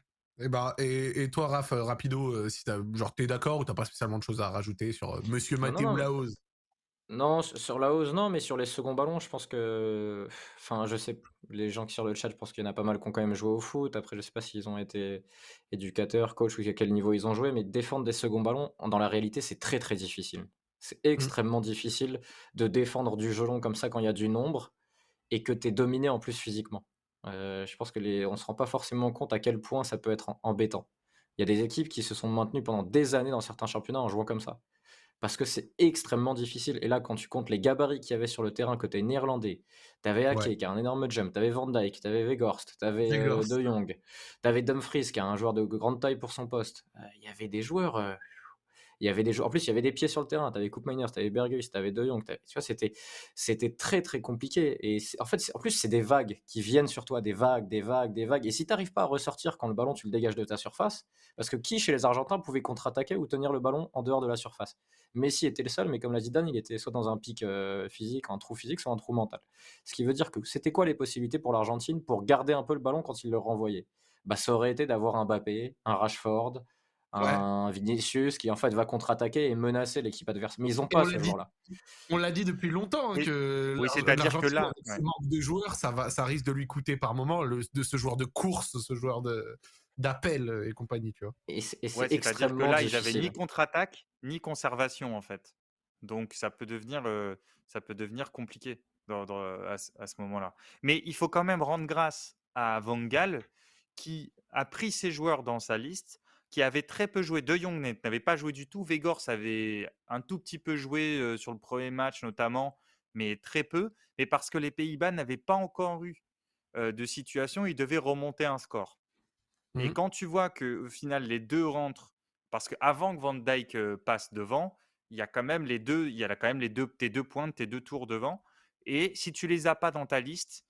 Speaker 1: Et toi, Raph, rapido, si t'es d'accord ou t'as pas spécialement de choses à rajouter sur Monsieur
Speaker 3: Non, non,
Speaker 1: Matteo
Speaker 3: non.
Speaker 1: Laoz.
Speaker 3: Non, sur la hausse, non, mais sur les seconds ballons, je pense que enfin, je sais les gens qui sur le chat, je pense qu'il y en a pas mal qui ont quand même joué au foot. Après, je sais pas s'ils ont été éducateurs, coach ou à quel niveau ils ont joué, mais défendre des seconds ballons, dans la réalité, c'est très, très difficile. C'est
Speaker 1: Mmh.
Speaker 3: extrêmement difficile de défendre du jeu long comme ça quand il y a du nombre et que tu es dominé en plus physiquement. Je pense que on se rend pas forcément compte à quel point ça peut être embêtant. Il y a des équipes qui se sont maintenues pendant des années dans certains championnats en jouant comme ça. Parce que c'est extrêmement difficile et là, quand tu comptes les gabarits qu'il y avait sur le terrain côté néerlandais, tu avais
Speaker 1: Ouais.
Speaker 3: Ake qui a un énorme jump, tu avais Van Dijk, tu avais Weghorst, tu avais,
Speaker 1: Weghorst.
Speaker 3: De Jong, tu avais Dumfries qui est un joueur de grande taille pour son poste. Il y avait des joueurs, il y avait des joueurs en plus, il y avait des pieds sur le terrain. Tu avais Koopmeiners, tu avais Berghuis, tu avais De Jong, tu vois? C'était très, très compliqué et en fait, en plus, c'est des vagues qui viennent sur toi, des vagues, des vagues, des vagues et si tu arrives pas à ressortir quand le ballon, tu le dégages de ta surface parce que qui, chez les Argentins, pouvait contre-attaquer ou tenir le ballon en dehors de la surface? Messi était le seul, mais comme l'a dit Dan, il était soit dans un pic, physique, un trou physique, soit un trou mental. Ce qui veut dire que c'était quoi les possibilités pour l'Argentine pour garder un peu le ballon quand il le renvoyait? Bah, ça aurait été d'avoir un Mbappé, un Rashford,
Speaker 1: Ouais.
Speaker 3: un Vinicius qui en fait va contre-attaquer et menacer l'équipe adverse. Mais ils ont
Speaker 1: Et
Speaker 3: pas ce joueur-là.
Speaker 1: on l'a dit depuis longtemps hein,
Speaker 2: Oui,
Speaker 1: que
Speaker 2: oui, c'est-à-dire que
Speaker 1: l'Argentine,
Speaker 2: là
Speaker 1: avec
Speaker 2: ouais.
Speaker 1: ce manque de joueurs, ça risque de lui coûter par moment de ce joueur de course, ce joueur d'appel et compagnie, tu vois.
Speaker 3: Et
Speaker 2: Ouais,
Speaker 3: c'est
Speaker 2: c'est-à-dire que
Speaker 3: extrêmement
Speaker 2: là, ils avaient ni
Speaker 3: difficile.
Speaker 2: contre-attaque, ni conservation, en fait. Donc ça peut devenir compliqué à ce moment-là. Mais il faut quand même rendre grâce à Van Gaal, qui a pris ses joueurs dans sa liste, qui avait très peu joué. De Jong n'avait pas joué du tout. Weghorst avait un tout petit peu joué, sur le premier match notamment, mais très peu. Mais parce que les Pays-Bas n'avaient pas encore eu, de situation, ils devaient remonter un score. Et
Speaker 1: Mmh.
Speaker 2: quand tu vois qu'au final, les 2 rentrent, parce qu'avant que Van Dijk passe devant, il y a quand même il y a quand même tes 2 pointes, tes 2 tours devant. Et si tu les as pas dans ta liste,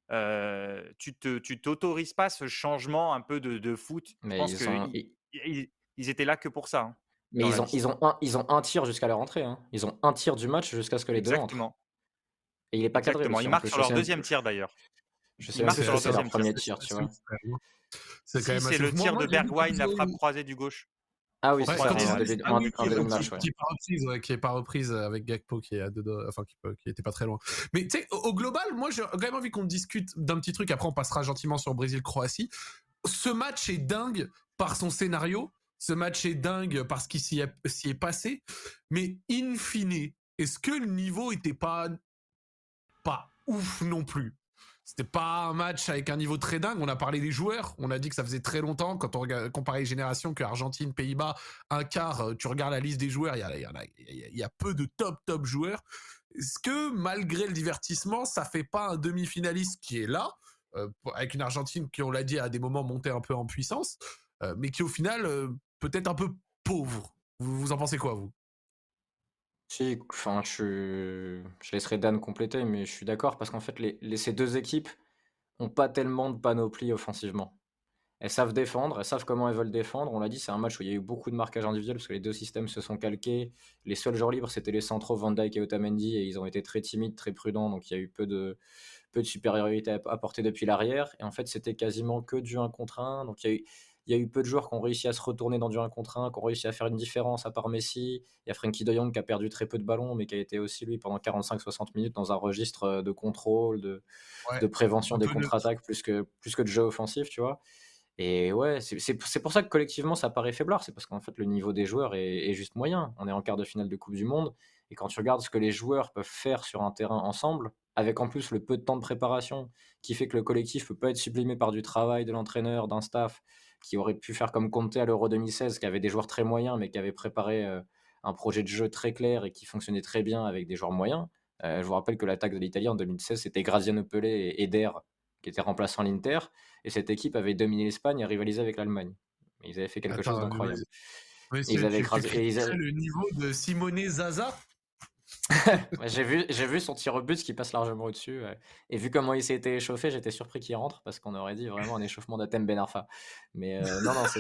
Speaker 2: tu t'autorises pas ce changement un peu de foot. Je
Speaker 3: Mais
Speaker 2: pense ils étaient là que pour ça, hein,
Speaker 3: mais
Speaker 2: dans la liste.
Speaker 3: ils ont un tir jusqu'à leur entrée, hein. Ils ont un tir du match jusqu'à ce que les 2 entrent.
Speaker 2: Exactement,
Speaker 3: Et il est pas cadré le
Speaker 2: exactement. Ils
Speaker 3: tir en
Speaker 2: marquent
Speaker 3: plus.
Speaker 2: sur leur deuxième tir d'ailleurs.
Speaker 3: Je sais
Speaker 2: Ils
Speaker 3: même
Speaker 2: marquent
Speaker 3: plus
Speaker 2: sur
Speaker 3: ce que
Speaker 2: leur
Speaker 3: c'est leur
Speaker 2: deuxième tir.
Speaker 3: premier tir, tu vois?
Speaker 1: Quand
Speaker 2: Si
Speaker 1: même
Speaker 2: c'est
Speaker 1: assez
Speaker 2: le
Speaker 1: fou.
Speaker 2: tir
Speaker 1: Moi,
Speaker 2: de
Speaker 1: j'ai vu
Speaker 2: Bergwijn, la
Speaker 1: plutôt
Speaker 2: frappe croisée du gauche.
Speaker 3: Ah oui,
Speaker 2: pour
Speaker 3: c'est
Speaker 1: Ouais,
Speaker 3: ça,
Speaker 1: quand ils
Speaker 2: faire
Speaker 3: en
Speaker 1: ont
Speaker 2: un
Speaker 3: début,
Speaker 1: ah oui,
Speaker 3: en
Speaker 1: oui,
Speaker 3: début de match, ouais.
Speaker 1: qui est pas reprise avec Gakpo qui est à deux enfin qui était pas très loin. Mais tu sais, au global, moi j'ai quand même envie qu'on discute d'un petit truc. Après, on passera gentiment sur Brésil-Croatie. Ce match est dingue par son scénario. Ce match est dingue parce qu'il s'y est passé. Mais in fine, est-ce que le niveau était pas ouf non plus? C'était pas un match avec un niveau très dingue. On a parlé des joueurs. On a dit que ça faisait très longtemps, quand on comparait les générations, que Argentine, Pays-Bas, un quart, tu regardes la liste des joueurs, il y a peu de top joueurs. Est-ce que malgré le divertissement, ça fait pas un demi-finaliste qui est là, avec une Argentine qui, on l'a dit, à des moments montait un peu en puissance, mais qui au final peut-être un peu pauvre. Vous en pensez quoi, vous?
Speaker 3: Si, enfin, je laisserai Dan compléter, mais je suis d'accord parce qu'en fait, ces deux équipes ont pas tellement de panoplie offensivement. Elles savent défendre, elles savent comment elles veulent défendre. On l'a dit, c'est un match où il y a eu beaucoup de marquages individuels parce que les deux systèmes se sont calqués. Les seuls joueurs libres, c'était les centraux Van Dijk et Otamendi, et ils ont été très timides, très prudents, donc il y a eu peu de supériorité apportée depuis l'arrière. Et en fait, c'était quasiment que du 1 contre 1. Donc il y a eu peu de joueurs qui ont réussi à se retourner dans du 1 contre 1, qui ont réussi à faire une différence, à part Messi. Il y a Frenkie de Jong qui a perdu très peu de ballons, mais qui a été aussi, lui, pendant 45-60 minutes dans un registre de contrôle,
Speaker 1: Ouais,
Speaker 3: de prévention
Speaker 1: un
Speaker 3: des
Speaker 1: peu neutre.
Speaker 3: contre-attaques, plus que de jeu offensif, tu vois. Et ouais, c'est pour ça que collectivement ça paraît faiblard, c'est parce qu'en fait le niveau des joueurs est juste moyen. On est en quart de finale de Coupe du Monde, et quand tu regardes ce que les joueurs peuvent faire sur un terrain ensemble, avec en plus le peu de temps de préparation qui fait que le collectif peut pas être sublimé par du travail de l'entraîneur, d'un staff qui aurait pu faire comme Conte à l'Euro 2016, qui avait des joueurs très moyens mais qui avait préparé un projet de jeu très clair et qui fonctionnait très bien avec des joueurs moyens. Je vous rappelle que l'attaque de l'Italie en 2016, c'était Graziano Pelé et Eder qui étaient remplaçants à l'Inter, et cette équipe avait dominé l'Espagne et rivalisé avec l'Allemagne. Ils avaient fait quelque chose
Speaker 1: Attends,
Speaker 3: d'incroyable. Et ils
Speaker 1: monsieur,
Speaker 3: avaient
Speaker 1: tu
Speaker 3: écrasé.
Speaker 1: critiquerais le niveau de Simone Zaza?
Speaker 3: Ouais, j'ai vu son tir au but qui passe largement au-dessus. Ouais. Et vu comment il s'était échauffé, j'étais surpris qu'il rentre parce qu'on aurait dit vraiment un échauffement d'Atem Ben Arfa. Mais non, non,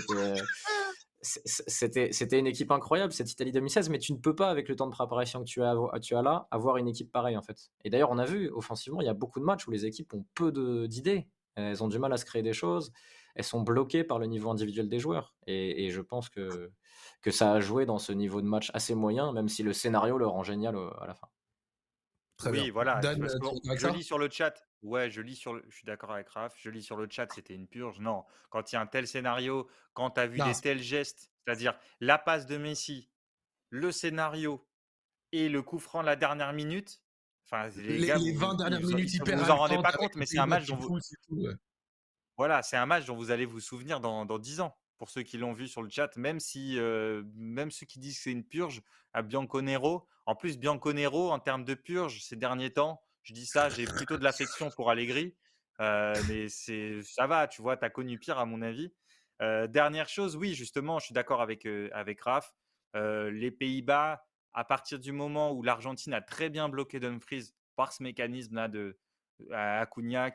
Speaker 3: c'était une équipe incroyable, cette Italie 2016, mais tu ne peux pas, avec le temps de préparation que tu as là, avoir une équipe pareille en fait. Et d'ailleurs, on a vu offensivement, il y a beaucoup de matchs où les équipes ont peu d'idées. Elles ont du mal à se créer des choses. Elles sont bloquées par le niveau individuel des joueurs. Et je pense que ça a joué dans ce niveau de match assez moyen, même si le scénario le rend génial à la fin.
Speaker 1: Très
Speaker 2: Oui,
Speaker 1: bien.
Speaker 2: voilà,
Speaker 1: Dan,
Speaker 2: parce que
Speaker 1: tu es d'accord avec
Speaker 2: je
Speaker 1: ça?
Speaker 2: lis sur le chat. Ouais, je suis d'accord avec Raph. Je lis sur le chat, c'était une purge. Non, quand il y a un tel scénario, quand tu as vu
Speaker 1: Non,
Speaker 2: des tels gestes, c'est-à-dire la passe de Messi, le scénario et le coup franc la dernière minute. Enfin, les gars,
Speaker 1: les 20 dernières minutes
Speaker 2: vous
Speaker 1: hyper
Speaker 2: vous en rendez
Speaker 1: haletantes
Speaker 2: pas
Speaker 1: avec
Speaker 2: compte,
Speaker 1: les
Speaker 2: mais c'est un
Speaker 1: Pays-Bas
Speaker 2: match
Speaker 1: qui
Speaker 2: dont vous,
Speaker 1: poussent et tout. Ouais.
Speaker 2: voilà, c'est un match dont vous allez vous souvenir dans 10 ans. Pour ceux qui l'ont vu sur le chat, même ceux qui disent que c'est une purge à Bianconero. En plus, Bianconero, en termes de purge, ces derniers temps, je dis ça, j'ai plutôt de l'affection pour Allegri. Mais ça va, tu vois, tu as connu pire à mon avis. Dernière chose, oui, justement, je suis d'accord avec Raph. Les Pays-Bas, à partir du moment où l'Argentine a très bien bloqué Dumfries par ce mécanisme-là de Acuna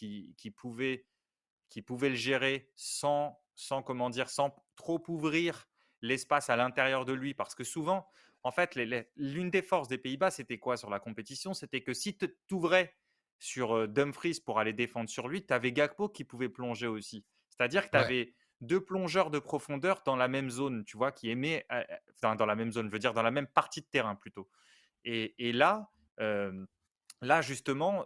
Speaker 2: qui pouvait le gérer sans comment dire, sans trop ouvrir l'espace à l'intérieur de lui. Parce que souvent, en fait, l'une des forces des Pays-Bas, c'était quoi sur la compétition? C'était que si tu ouvrais sur Dumfries pour aller défendre sur lui, tu avais Gakpo qui pouvait plonger aussi. C'est-à-dire que tu
Speaker 1: Ouais.
Speaker 2: avais deux plongeurs de profondeur dans la même zone, tu vois, qui aimaient, enfin, dans la même zone, je veux dire, dans la même partie de terrain plutôt. Et euh, là, justement,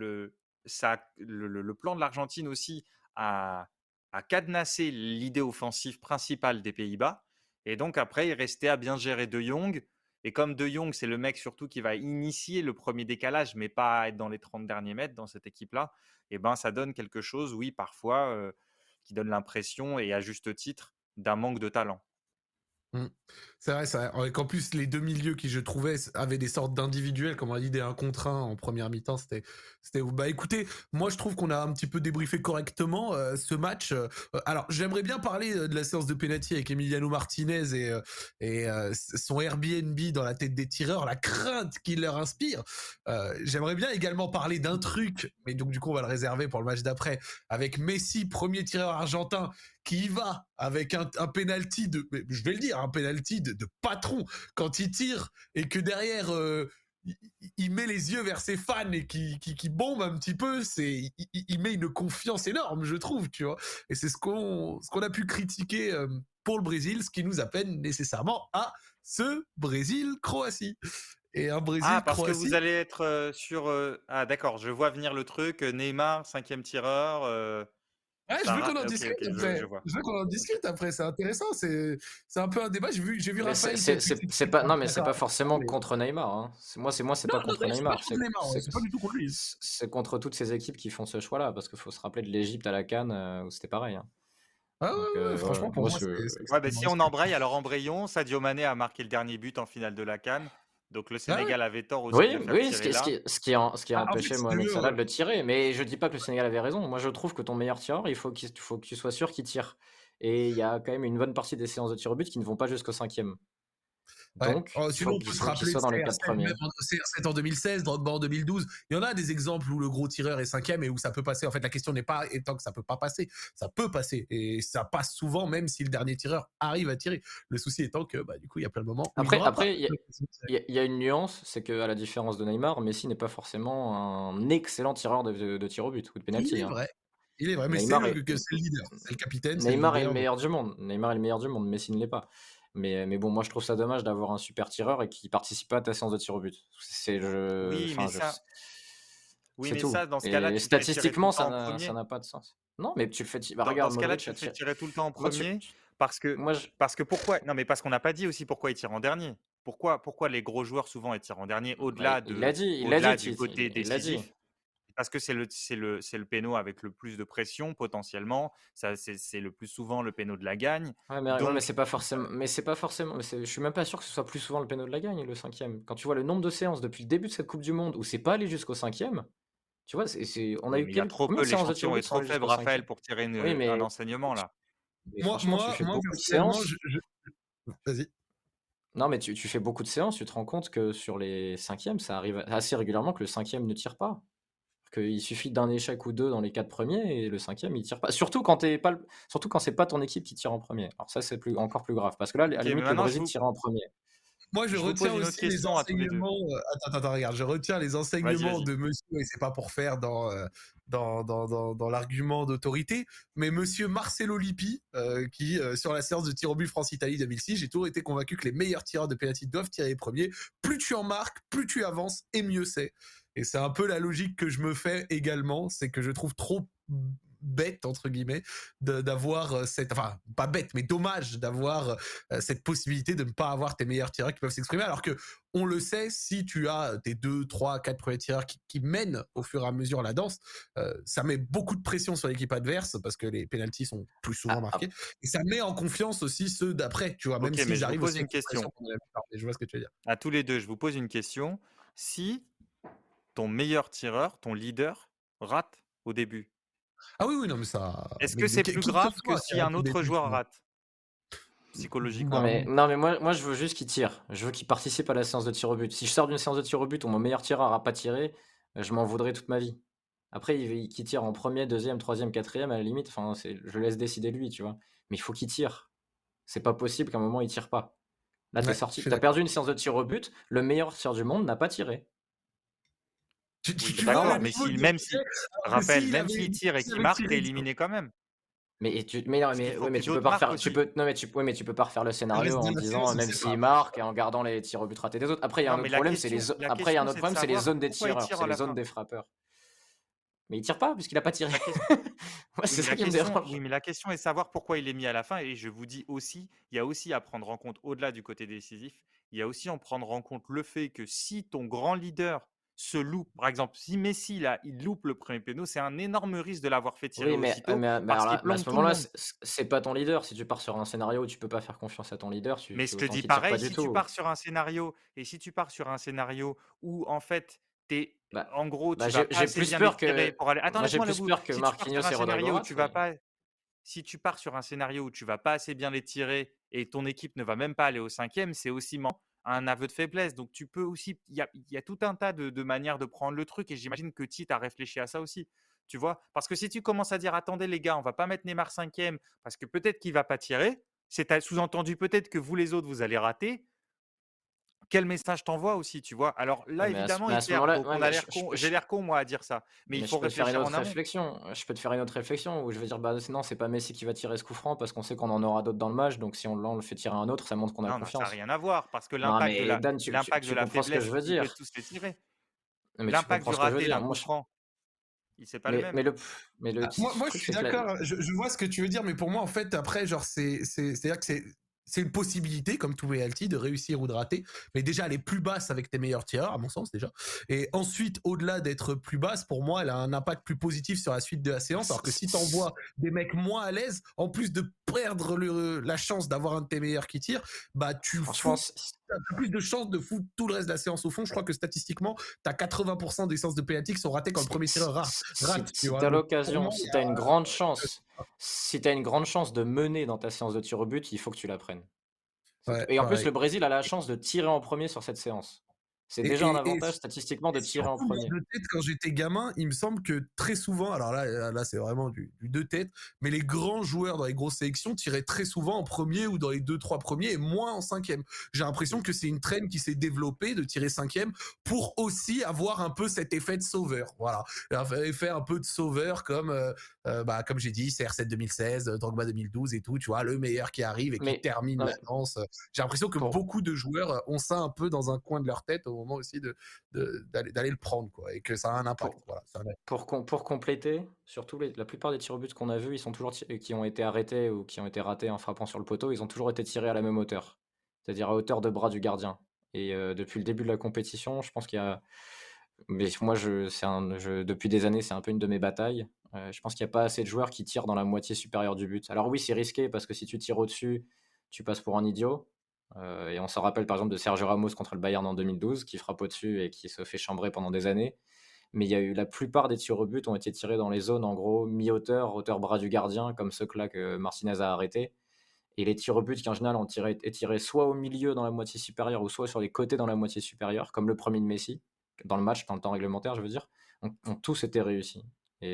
Speaker 2: le plan de l'Argentine aussi a, a cadenassé l'idée offensive principale des Pays-Bas. Et donc, après, il restait à bien gérer De Jong. Et comme De Jong, c'est le mec surtout qui va initier le premier décalage, mais pas être dans les 30 derniers mètres dans cette équipe-là, et ben, ça donne quelque chose, oui, parfois, qui donne l'impression, et à juste titre, d'un manque de talent.
Speaker 1: Mm. C'est vrai, ça. Et qu'en plus, les deux milieux qui, je trouvais, avaient des sortes d'individuels, comme on a dit, des 1 contre 1 en première mi-temps. Bah écoutez, moi je trouve qu'on a un petit peu débriefé correctement ce match. Alors, j'aimerais bien parler de la séance de penalty avec Emiliano Martinez et son Airbnb dans la tête des tireurs, la crainte qu'il leur inspire. J'aimerais bien également parler d'un truc, mais donc du coup, on va le réserver pour le match d'après, avec Messi, premier tireur argentin qui y va avec un penalty je vais le dire, un penalty de patron quand il tire et que derrière il met les yeux vers ses fans et qui bombe un petit peu, il met une confiance énorme, je trouve, tu vois. Et c'est ce qu'on a pu critiquer pour le Brésil, ce qui nous appelle nécessairement à ce Brésil-Croatie. Et un
Speaker 2: Ah, parce que vous
Speaker 1: Brésil-Croatie.
Speaker 2: allez être sur. Ah, d'accord, je vois venir le truc. Neymar, cinquième tireur.
Speaker 1: Ouais, je veux qu'on en
Speaker 2: Ok,
Speaker 1: discute
Speaker 2: ok, je
Speaker 1: après.
Speaker 2: vois.
Speaker 1: Je veux qu'on en
Speaker 2: Ok.
Speaker 1: discute après. C'est intéressant. C'est un peu un débat. J'ai vu
Speaker 3: Mais
Speaker 1: Raphaël qui a tweeté
Speaker 3: c'est
Speaker 1: dessus.
Speaker 3: pas,
Speaker 1: Il est
Speaker 3: non,
Speaker 1: un peu
Speaker 3: mais c'est
Speaker 1: d'accord
Speaker 3: pas
Speaker 1: avec ça,
Speaker 3: forcément
Speaker 1: mais
Speaker 3: contre Neymar, hein. Moi, c'est
Speaker 1: non,
Speaker 3: pas
Speaker 1: non,
Speaker 3: contre
Speaker 1: non, c'est pas
Speaker 3: Neymar.
Speaker 1: contre Neymar. C'est pas du tout contre lui.
Speaker 3: C'est contre toutes ces équipes qui font ce choix-là, parce qu'il faut se rappeler de l'Égypte à la CAN où c'était pareil, hein.
Speaker 1: Ah ouais,
Speaker 3: Donc,
Speaker 1: ouais, ouais,
Speaker 3: ouais,
Speaker 1: franchement, pour
Speaker 3: moi,
Speaker 1: moi, c'est
Speaker 2: Ouais, ben
Speaker 1: extrêmement
Speaker 2: si on
Speaker 1: risqué.
Speaker 2: embraye, alors embrayons. Sadio Mané a marqué le dernier but en finale de la CAN. Donc le
Speaker 1: Ah ouais.
Speaker 2: Sénégal avait tort aussi de
Speaker 3: Oui,
Speaker 2: le faire
Speaker 3: oui,
Speaker 2: tirer là.
Speaker 3: ce qui a
Speaker 1: En fait,
Speaker 3: empêché
Speaker 1: si tu
Speaker 3: Mohamed
Speaker 1: veux,
Speaker 3: Salah de le tirer. Mais je dis pas que le Sénégal avait raison. Moi, je trouve que ton meilleur tireur, faut que tu sois sûr qu'il tire. Et il y a quand même une bonne partie des séances de tir au but qui ne vont pas jusqu'au cinquième.
Speaker 1: ouais.
Speaker 3: Donc,
Speaker 1: Oh, sinon, on peut
Speaker 3: il
Speaker 1: se
Speaker 3: faut qu'il
Speaker 1: rappeler
Speaker 3: soit dans les quatre
Speaker 1: CR7, même
Speaker 3: premiers.
Speaker 1: CR7 en 2016, Drogba en 2012. Il y en a des exemples où le gros tireur est cinquième et où ça peut passer. En fait, la question n'est pas étant que ça peut pas passer. Ça peut passer. Et ça passe souvent, même si le dernier tireur arrive à tirer. Le souci étant que, bah, du coup, il y a plein de moments où il n'aura pas.
Speaker 3: Après, il y a une nuance, c'est qu'à la différence de Neymar, Messi n'est pas forcément un excellent tireur de tir au but ou de
Speaker 1: Il
Speaker 3: penalty,
Speaker 1: est
Speaker 3: hein.
Speaker 1: vrai. Il est vrai. Mais
Speaker 3: Neymar est,
Speaker 1: c'est le leader. C'est le capitaine, c'est le
Speaker 3: Neymar est le
Speaker 1: leader.
Speaker 3: meilleur du monde. Neymar est le meilleur du monde, Messi ne l'est pas. Mais bon, moi je trouve ça dommage d'avoir un super tireur et qui participe pas à ta séance de tir au but.
Speaker 2: Oui, mais
Speaker 3: Enfin,
Speaker 2: ça, oui,
Speaker 3: c'est
Speaker 2: mais
Speaker 3: tout.
Speaker 2: ça, dans ce cas-là,
Speaker 3: Et
Speaker 2: tu le fais tirer tout le
Speaker 3: statistiquement,
Speaker 2: temps en
Speaker 3: ça
Speaker 2: premier.
Speaker 3: n'a pas de sens. Non, mais tu le fais. Bah,
Speaker 2: Dans
Speaker 3: regarde,
Speaker 2: ce cas-là,
Speaker 3: Modric
Speaker 2: tu
Speaker 3: a
Speaker 2: le fais
Speaker 3: tiré.
Speaker 2: tirer tout le temps en
Speaker 3: Moi,
Speaker 2: premier parce que,
Speaker 3: moi, je-
Speaker 2: parce que pourquoi? Non, mais parce qu'on n'a pas dit aussi pourquoi il tire en dernier. Pourquoi les gros joueurs souvent ils tirent en dernier
Speaker 3: bah, il l'a dit,
Speaker 2: au-delà du côté
Speaker 3: il l'a dit.
Speaker 2: décisif? Parce que c'est le péno avec le plus de pression potentiellement. Ça, c'est le plus souvent le péno de la gagne.
Speaker 3: Ouais, mais
Speaker 2: Donc,
Speaker 3: c'est pas forcément. Je suis même pas sûr que ce soit plus souvent le péno de la gagne, le cinquième. Quand tu vois le nombre de séances depuis le début de cette Coupe du Monde où c'est pas allé jusqu'au cinquième, tu vois, on a
Speaker 2: oui,
Speaker 3: eu
Speaker 2: mais il y a trop
Speaker 3: combien
Speaker 2: peu.
Speaker 3: de séances de tir au
Speaker 2: L'échantillon est
Speaker 3: but sont
Speaker 2: trop
Speaker 3: allées
Speaker 2: faible,
Speaker 3: jusqu'au
Speaker 2: Raphaël,
Speaker 3: cinquième?
Speaker 2: pour tirer
Speaker 3: Oui,
Speaker 2: un
Speaker 3: mais,
Speaker 2: enseignement là.
Speaker 3: mais
Speaker 1: Moi,
Speaker 3: franchement, tu
Speaker 1: moi,
Speaker 3: fais
Speaker 1: moi,
Speaker 3: beaucoup de
Speaker 1: personnellement,
Speaker 3: séances.
Speaker 1: Vas-y.
Speaker 3: Non, mais tu fais beaucoup de séances, tu te rends compte que sur les cinquièmes, ça arrive assez régulièrement que le cinquième ne tire pas. Qu'il suffit d'un échec ou deux dans les quatre premiers et le cinquième, il tire pas. Surtout quand c'est pas ton équipe qui tire en premier. Alors ça, c'est encore plus grave. Parce que là, à la
Speaker 2: Ok, mais
Speaker 3: limite, le
Speaker 2: maintenant,
Speaker 3: Brésil tire en premier.
Speaker 1: Moi, je
Speaker 2: je vous
Speaker 1: retiens
Speaker 2: pose une autre
Speaker 1: aussi les
Speaker 2: question à tous les deux.
Speaker 1: enseignements. Attends, regarde. Je retiens les
Speaker 2: Vas-y,
Speaker 1: enseignements
Speaker 2: vas-y.
Speaker 1: de monsieur, et c'est pas pour faire dans l'argument d'autorité, mais monsieur Marcelo Lippi, qui, sur la séance de tir au but France-Italie 2006, j'ai toujours été convaincu que les meilleurs tireurs de penalty doivent tirer les premiers. Plus tu en marques, plus tu avances, et mieux c'est. Et c'est un peu la logique que je me fais également, c'est que je trouve trop bête entre guillemets d'avoir cette, enfin pas bête mais dommage d'avoir cette possibilité de ne pas avoir tes meilleurs tireurs qui peuvent s'exprimer, alors que on le sait, si tu as tes 2, 3, 4 premiers tireurs qui mènent au fur et à mesure la danse, ça met beaucoup de pression sur l'équipe adverse parce que les pénaltys sont plus souvent
Speaker 3: Ah,
Speaker 1: marqués, et ça met en confiance aussi ceux d'après, tu vois, même
Speaker 2: Ok, mais
Speaker 1: s'ils
Speaker 2: je vous
Speaker 1: arrivent
Speaker 2: pose
Speaker 1: aussi
Speaker 2: une
Speaker 1: avec une pression
Speaker 2: question.
Speaker 1: pendant la plupart. Et je vois ce que tu veux dire.
Speaker 2: À tous les deux, je vous pose une question. Si ton meilleur tireur, ton leader, rate au début,
Speaker 1: Ah oui, oui, non, mais ça.
Speaker 2: est-ce
Speaker 1: Mais
Speaker 2: que c'est
Speaker 1: qui
Speaker 2: plus
Speaker 1: que ce
Speaker 2: grave que
Speaker 1: soit qui
Speaker 2: si
Speaker 1: rate
Speaker 2: un
Speaker 1: au
Speaker 2: autre
Speaker 1: début, tu
Speaker 2: joueur
Speaker 1: vois.
Speaker 2: rate,
Speaker 1: Bah,
Speaker 2: psychologiquement?
Speaker 3: non, mais moi, je veux juste qu'il tire. Je veux qu'il participe à la séance de tir au but. Si je sors d'une séance de tir au but où mon meilleur tireur n'a pas tiré, je m'en voudrais toute ma vie. Après, qu'il tire en premier, deuxième, troisième, quatrième, à la limite, enfin, je laisse décider lui, tu vois. Mais il faut qu'il tire. C'est pas possible qu'à un moment il tire pas. Là,
Speaker 1: ouais, je suis
Speaker 3: t'as
Speaker 1: d'accord.
Speaker 3: perdu une séance de tir au but, le meilleur tir du monde n'a pas tiré.
Speaker 1: Tu,
Speaker 2: Oui,
Speaker 1: tu vois le
Speaker 2: d'accord, mais
Speaker 1: niveau
Speaker 2: si,
Speaker 1: de
Speaker 2: même
Speaker 1: détail,
Speaker 2: si,
Speaker 1: alors que
Speaker 2: Raphaël, même s'il tire et
Speaker 1: s'il
Speaker 2: qu'il
Speaker 1: avait
Speaker 2: marque, t'es
Speaker 1: tiré,
Speaker 2: éliminé quand même.
Speaker 3: Non,
Speaker 2: Parce qu'il faut
Speaker 3: ouais,
Speaker 2: que
Speaker 3: mais tu peux
Speaker 2: d'autres
Speaker 3: pas
Speaker 2: marquent
Speaker 3: refaire,
Speaker 2: aussi.
Speaker 3: ouais, mais tu peux pas refaire le
Speaker 1: le
Speaker 3: scénario
Speaker 1: reste
Speaker 3: en
Speaker 1: de la
Speaker 3: disant
Speaker 1: séance, on
Speaker 3: même
Speaker 1: sait
Speaker 3: s'il
Speaker 1: pas.
Speaker 3: marque et en regardant les tirs au but ratés des autres. Après, il y a
Speaker 2: Non,
Speaker 3: un
Speaker 2: mais
Speaker 3: autre problème,
Speaker 2: la
Speaker 3: après, il y a un
Speaker 2: question,
Speaker 3: autre
Speaker 2: c'est de
Speaker 3: problème, c'est les
Speaker 2: savoir
Speaker 3: zones des
Speaker 2: pourquoi il
Speaker 3: tireurs,
Speaker 2: tire
Speaker 3: c'est
Speaker 2: à
Speaker 3: les
Speaker 2: la
Speaker 3: zones
Speaker 2: fin.
Speaker 3: des frappeurs. Mais il tire pas puisqu'il a pas tiré.
Speaker 2: La question,
Speaker 3: Moi,
Speaker 2: oui,
Speaker 3: c'est ça qui me
Speaker 2: oui,
Speaker 3: dérange.
Speaker 2: mais la question est de savoir pourquoi il est mis à la fin. Et je vous dis aussi, il y a aussi à prendre en compte, au-delà du côté décisif, il y a aussi à prendre en compte le fait que si ton grand leader se loupe, par exemple, si Messi, là, il loupe le premier péno, c'est un énorme risque de l'avoir fait tirer
Speaker 3: Oui,
Speaker 2: aussitôt
Speaker 3: mais
Speaker 2: parce
Speaker 3: alors
Speaker 2: qu'il
Speaker 3: là, mais à
Speaker 2: plombe
Speaker 3: ce
Speaker 2: tout le
Speaker 3: moment-là,
Speaker 2: monde.
Speaker 3: c'est pas ton leader. Si tu pars sur un scénario où tu peux pas faire confiance à ton leader,
Speaker 2: Mais je te
Speaker 3: autant
Speaker 2: dis
Speaker 3: qu'il tire pas
Speaker 2: pareil,
Speaker 3: du
Speaker 2: si tu
Speaker 3: tout.
Speaker 2: pars sur un scénario et si tu pars sur un scénario où en fait,
Speaker 3: Bah,
Speaker 2: en gros,
Speaker 3: bah
Speaker 2: tu vas pas
Speaker 3: j'ai
Speaker 2: assez
Speaker 3: plus
Speaker 2: bien les
Speaker 3: peur
Speaker 2: tirer
Speaker 3: que,
Speaker 2: pour aller. Attends,
Speaker 3: moi, j'ai
Speaker 2: laisse-moi le
Speaker 3: plus
Speaker 2: bout.
Speaker 3: peur que
Speaker 2: Si tu pars sur
Speaker 3: Marquinhos
Speaker 2: un
Speaker 3: et Rodrigo
Speaker 2: scénario où
Speaker 3: ratent,
Speaker 2: tu vas
Speaker 3: oui.
Speaker 2: pas, si tu pars sur un scénario où tu vas pas assez bien les tirer et ton équipe ne va même pas aller au cinquième, c'est aussi un aveu de faiblesse. Donc tu peux aussi, il y a tout un tas de manières de prendre le truc et j'imagine que Tite a réfléchi à ça aussi. Tu vois, parce que si tu commences à dire attendez les gars, on va pas mettre Neymar cinquième parce que peut-être qu'il va pas tirer, c'est sous-entendu peut-être que vous les autres vous allez rater. quel message t'envoies aussi, tu vois? Alors
Speaker 3: Ouais,
Speaker 2: là, évidemment,
Speaker 3: mais
Speaker 2: ils
Speaker 3: à ce
Speaker 2: perdent,
Speaker 3: moment-là,
Speaker 2: donc
Speaker 3: ouais,
Speaker 2: on a
Speaker 3: mais
Speaker 2: l'air con j'ai l'air con, moi, à dire ça, mais il
Speaker 3: je
Speaker 2: faut
Speaker 3: peux te faire une
Speaker 2: réfléchir en
Speaker 3: autre
Speaker 2: amont.
Speaker 3: réflexion. Je peux te faire une autre réflexion où je vais dire, bah, non, c'est pas Messi qui va tirer ce coup franc parce qu'on sait qu'on en aura d'autres dans le match. Donc si on le fait tirer un autre, ça montre qu'on a
Speaker 2: Non, non, ça a
Speaker 3: confiance.
Speaker 2: rien à voir parce que
Speaker 3: Non, mais Dan,
Speaker 2: l'impact de
Speaker 3: tu
Speaker 2: la
Speaker 3: comprends ce que je
Speaker 2: faiblesse,
Speaker 3: veux
Speaker 2: il peut
Speaker 3: dire.
Speaker 2: tous les tirer.
Speaker 3: Mais tu
Speaker 2: L'impact
Speaker 3: comprends
Speaker 2: du
Speaker 3: ce que je veux
Speaker 2: raté
Speaker 3: dire.
Speaker 2: d'un coup franc, c'est pas le
Speaker 3: Mais,
Speaker 2: même.
Speaker 3: mais le, mais le
Speaker 1: Ah, moi, je
Speaker 3: truc,
Speaker 1: suis
Speaker 3: c'est que là,
Speaker 1: d'accord. Je vois ce que tu veux dire, mais pour moi, en fait, après, genre, c'est-à-dire que c'est une possibilité, comme tout reality, de réussir ou de rater, mais déjà elle est plus basse avec tes meilleurs tireurs, à mon sens déjà. Et ensuite, au-delà d'être plus basse, pour moi, elle a un impact plus positif sur la suite de la séance. Alors que si t'envoies des mecs moins à l'aise, en plus de perdre la chance d'avoir un de tes meilleurs qui tire, bah tu
Speaker 3: franchement,
Speaker 1: fous. T'as plus de chances de foutre tout le reste de la séance au fond. Je crois que statistiquement, t'as 80% des séances de pénalty qui sont ratées quand le premier tireur rate, tu
Speaker 3: si
Speaker 1: vois.
Speaker 3: t'as
Speaker 1: Donc pour
Speaker 3: l'occasion,
Speaker 1: moi, il
Speaker 3: si
Speaker 1: y
Speaker 3: t'as une
Speaker 1: a
Speaker 3: grande chance, si t'as une grande chance de mener dans ta séance de tir au but, il faut que tu la prennes. C'est tout.
Speaker 1: ouais,
Speaker 3: Et en plus,
Speaker 1: pareil.
Speaker 3: le Brésil a la chance de tirer en premier sur cette séance. C'est
Speaker 1: Et,
Speaker 3: déjà un
Speaker 1: et, et,
Speaker 3: avantage statistiquement de
Speaker 1: et
Speaker 3: tirer en
Speaker 1: surtout, moi,
Speaker 3: premier.
Speaker 1: de tête, quand j'étais gamin, il me semble que très souvent, alors là c'est vraiment du deux têtes, mais les grands joueurs dans les grosses sélections tiraient très souvent en premier ou dans les 2-3 premiers et moins en cinquième. J'ai l'impression que c'est une traîne qui s'est développée de tirer cinquième pour aussi avoir un peu cet effet de sauveur. Voilà. Un effet un peu de sauveur comme j'ai dit, CR7 2016, Drogba 2012 et tout, tu vois, le meilleur qui arrive et qui
Speaker 3: Mais
Speaker 1: termine
Speaker 3: non,
Speaker 1: la
Speaker 3: mais
Speaker 1: danse. J'ai l'impression que
Speaker 3: pour,
Speaker 1: beaucoup de joueurs ont ça un peu dans un coin de leur tête au moment aussi d'aller le prendre, quoi, et que ça a un impact.
Speaker 3: pour,
Speaker 1: Voilà,
Speaker 3: pour compléter, surtout la plupart des tirs au but qu'on a vus, ils sont toujours qui ont été arrêtés ou qui ont été ratés en frappant sur le poteau, ils ont toujours été tirés à la même hauteur, c'est-à-dire à hauteur de bras du gardien. Et depuis le début de la compétition, je pense qu'il y a. Mais moi, depuis des années, c'est un peu une de mes batailles. Je pense qu'il n'y a pas assez de joueurs qui tirent dans la moitié supérieure du but. Alors oui, c'est risqué parce que si tu tires au-dessus, tu passes pour un idiot. Et on s'en rappelle par exemple de Sergio Ramos contre le Bayern en 2012, qui frappe au-dessus et qui se fait chambrer pendant des années. Mais il y a eu la plupart des tirs au but ont été tirés dans les zones en gros mi-hauteur, hauteur bras du gardien, comme ceux-là que Martinez a arrêtés. Et les tirs au but qui en général ont été tirés soit au milieu dans la moitié supérieure ou soit sur les côtés dans la moitié supérieure, comme le premier de Messi, dans le match, dans le temps réglementaire, je veux dire, ont tous été réussis.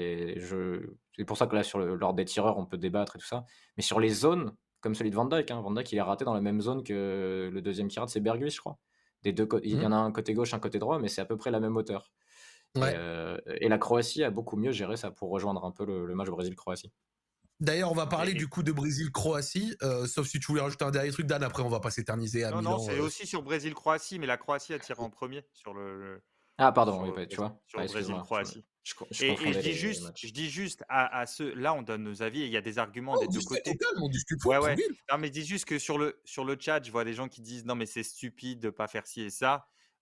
Speaker 3: C'est pour ça que là, sur l'ordre des tireurs, on peut débattre et tout ça. Mais sur les zones, comme celui de Van Dijk, Van Dijk, il est raté dans la même zone que le deuxième qui rate, c'est Berghuis, je crois. Il y en a un côté gauche, un côté droit, mais c'est à peu près la même hauteur.
Speaker 1: ouais.
Speaker 3: Et la Croatie a beaucoup mieux géré ça pour rejoindre un peu le match Brésil-Croatie.
Speaker 1: D'ailleurs, on va parler
Speaker 2: Et
Speaker 1: du coup de Brésil-Croatie, sauf si tu voulais rajouter un dernier truc, Dan. Après, on va pas s'éterniser à
Speaker 2: non, non,
Speaker 1: Milan.
Speaker 2: c'est aussi sur Brésil-Croatie, mais la Croatie a tiré en premier sur
Speaker 3: Ah, pardon, oui, bah, tu vois.
Speaker 2: sur
Speaker 3: Ah, excuse-moi,
Speaker 2: Brésil-Croatie.
Speaker 3: je
Speaker 2: Et
Speaker 3: confondais les
Speaker 2: je
Speaker 3: matchs.
Speaker 2: dis juste à ceux, là, on donne nos avis et il y a des arguments
Speaker 1: Oh,
Speaker 2: des
Speaker 1: on
Speaker 2: deux
Speaker 1: discute au
Speaker 2: côtés.
Speaker 1: calme, on discute foot,
Speaker 2: Ouais, ouais.
Speaker 1: tranquille.
Speaker 2: Non, mais dis juste que sur le chat, je vois des gens qui disent non, mais c'est stupide de pas faire ci et ça.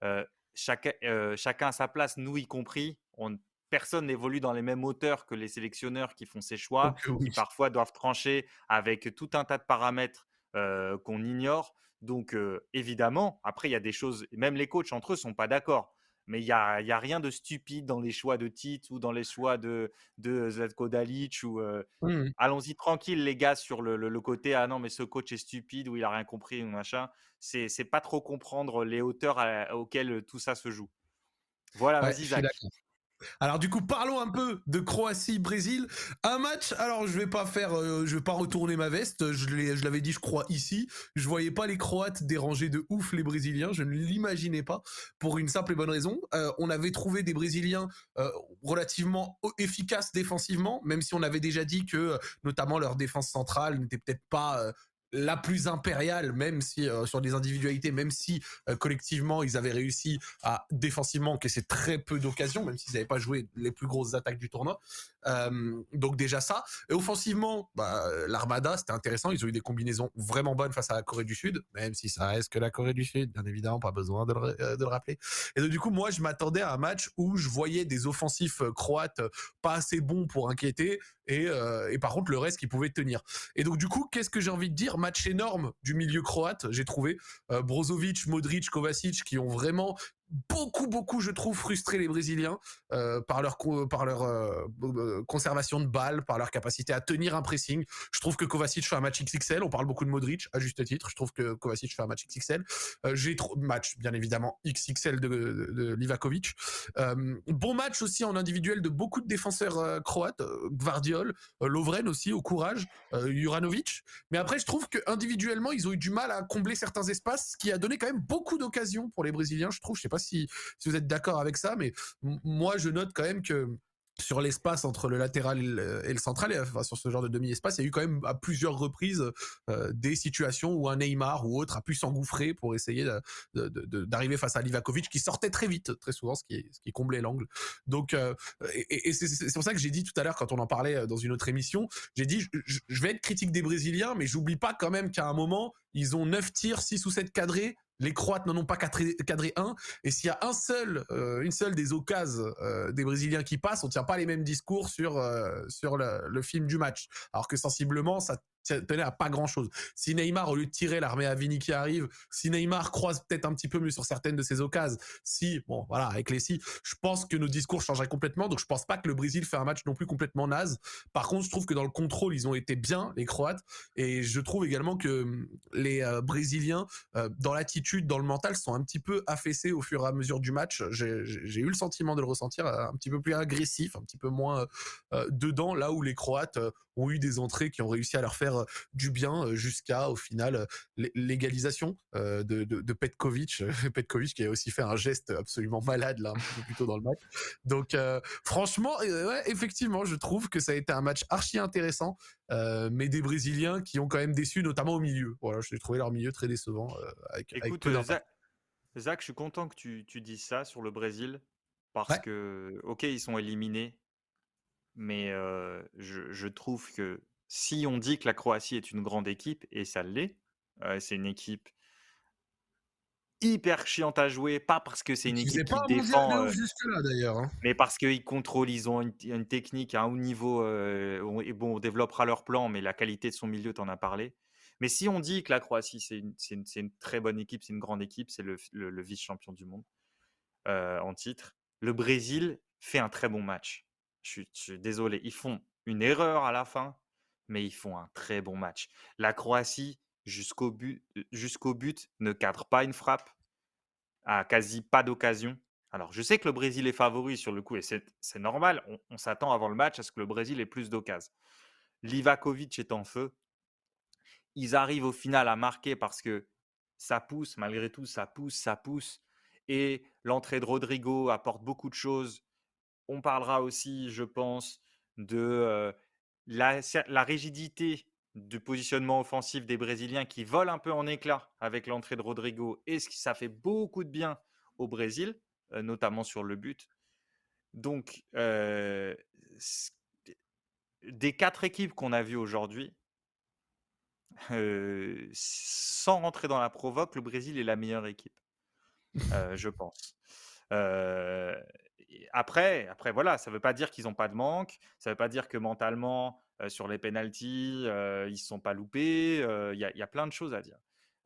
Speaker 2: Chacun à sa place, nous y compris. Personne n'évolue dans les mêmes hauteurs que les sélectionneurs qui font ces choix,
Speaker 1: Donc,
Speaker 2: qui
Speaker 1: oui.
Speaker 2: parfois doivent trancher avec tout un tas de paramètres qu'on ignore. Donc, évidemment, après, il y a des choses, même les coachs entre eux ne sont pas d'accord. Mais il y a rien de stupide dans les choix de Tite ou dans les choix de Zlatko Dalic ou
Speaker 1: Mmh.
Speaker 2: allons-y tranquille les gars sur le côté ah non mais ce coach est stupide ou il a rien compris ou machin. C'est pas trop comprendre les hauteurs auxquelles tout ça se joue. Voilà,
Speaker 1: Ouais,
Speaker 2: vas-y
Speaker 1: je suis
Speaker 2: Zach.
Speaker 1: d'accord. Alors du coup, parlons un peu de Croatie-Brésil. Un match. Alors je vais pas retourner ma veste. Je l'avais dit, je crois ici. Je voyais pas les Croates déranger de ouf les Brésiliens. Je ne l'imaginais pas pour une simple et bonne raison. On avait trouvé des Brésiliens relativement efficaces défensivement, même si on avait déjà dit que notamment leur défense centrale n'était peut-être pas la plus impériale, même si sur des individualités, même si collectivement ils avaient réussi à défensivement encaisser très peu d'occasions, même s'ils n'avaient pas joué les plus grosses attaques du tournoi. Donc déjà ça. Et offensivement, l'Armada, c'était intéressant. Ils ont eu des combinaisons vraiment bonnes face à la Corée du Sud, même si ça reste que la Corée du Sud, bien évidemment, pas besoin de le rappeler. Et donc du coup, moi, je m'attendais à un match où je voyais des offensifs croates pas assez bons pour inquiéter et par contre le reste qui pouvait tenir. Et donc du coup, qu'est-ce que j'ai envie de dire? Match énorme du milieu croate, j'ai trouvé. Brozovic, Modric, Kovacic qui ont vraiment beaucoup, je trouve, frustré les Brésiliens par leur conservation de balles, par leur capacité à tenir un pressing. Je trouve que Kovacic fait un match XXL. On parle beaucoup de Modric, à juste titre. Je trouve que Kovacic fait un match XXL. J'ai trop match, bien évidemment, XXL de Livakovic. Bon match aussi en individuel de beaucoup de défenseurs croates. Gvardiol, Lovren aussi, au courage, Juranovic. Mais après, je trouve que individuellement, ils ont eu du mal à combler certains espaces, ce qui a donné quand même beaucoup d'occasions pour les Brésiliens, je trouve. Je sais pas si vous êtes d'accord avec ça, mais moi, je note quand même que sur l'espace entre le latéral et le central, enfin, sur ce genre de demi-espace, il y a eu quand même à plusieurs reprises des situations où un Neymar ou autre a pu s'engouffrer pour essayer d'arriver face à Livakovic, qui sortait très vite, très souvent, ce qui comblait l'angle. Donc, et c'est pour ça que j'ai dit tout à l'heure, quand on en parlait dans une autre émission, j'ai dit, je vais être critique des Brésiliens, mais j'oublie pas quand même qu'à un moment, ils ont 9 tirs, 6 ou 7 cadrés. Les Croates n'en ont pas cadré un. Et s'il y a une seule des occasions des Brésiliens qui passe, on tient pas les mêmes discours sur le film du match. Alors que sensiblement, ça tenait à pas grand chose. Si Neymar, au lieu de tirer, la remet à Vini qui arrive, si Neymar croise peut-être un petit peu mieux sur certaines de ses occasions, bon, voilà, avec les si, je pense que nos discours changeraient complètement. Donc je pense pas que le Brésil fait un match non plus complètement naze. Par contre, je trouve que dans le contrôle, ils ont été bien, les Croates. Et je trouve également que les Brésiliens, dans l'attitude, dans le mental, sont un petit peu affaissés au fur et à mesure du match. J'ai eu le sentiment de le ressentir un petit peu plus agressif, un petit peu moins dedans, là où les Croates ont eu des entrées qui ont réussi à leur faire du bien jusqu'à, au final, l'égalisation de Petkovic. Petkovic qui a aussi fait un geste absolument malade, là, un petit peu plus tôt dans le match. Donc, franchement, ouais, effectivement, je trouve que ça a été un match archi intéressant, mais des Brésiliens qui ont quand même déçu, notamment au milieu. Voilà, j'ai trouvé leur milieu très décevant, avec
Speaker 2: Écoute,
Speaker 1: peu d'impact.
Speaker 2: Zach, je suis content que tu dises ça sur le Brésil parce
Speaker 1: Ouais.
Speaker 2: que, ok, ils sont éliminés, mais je trouve que si on dit que la Croatie est une grande équipe, et ça l'est, c'est une équipe hyper chiante à jouer, pas parce que c'est une
Speaker 1: Qui faisait
Speaker 2: équipe
Speaker 1: pas
Speaker 2: qui
Speaker 1: un mondial de
Speaker 2: défend,
Speaker 1: ouf jusque-là, d'ailleurs. Hein.
Speaker 2: mais parce qu'ils contrôlent, ils ont une technique à un haut niveau, et bon, on développera leur plan, mais la qualité de son milieu, tu en as parlé. Mais si on dit que la Croatie, c'est une très bonne équipe, c'est une grande équipe, c'est le vice-champion du monde en titre, le Brésil fait un très bon match. Je suis désolé, ils font une erreur à la fin, mais ils font un très bon match. La Croatie, jusqu'au but, ne cadre pas une frappe, a quasi pas d'occasion. Alors, je sais que le Brésil est favori sur le coup, et c'est normal. On s'attend avant le match à ce que le Brésil ait plus d'occasions. Livakovic est en feu. Ils arrivent au final à marquer parce que ça pousse, malgré tout, ça pousse. Et l'entrée de Rodrigo apporte beaucoup de choses. On parlera aussi, je pense, de la rigidité du positionnement offensif des Brésiliens qui vole un peu en éclats avec l'entrée de Rodrigo. Et ça fait beaucoup de bien au Brésil, notamment sur le but. Donc, des 4 équipes qu'on a vues aujourd'hui, sans rentrer dans la provoque, le Brésil est la meilleure équipe, je pense. Après, voilà, ça ne veut pas dire qu'ils n'ont pas de manque, ça ne veut pas dire que mentalement, sur les pénaltys, ils ne se sont pas loupés, il y a plein de choses à dire.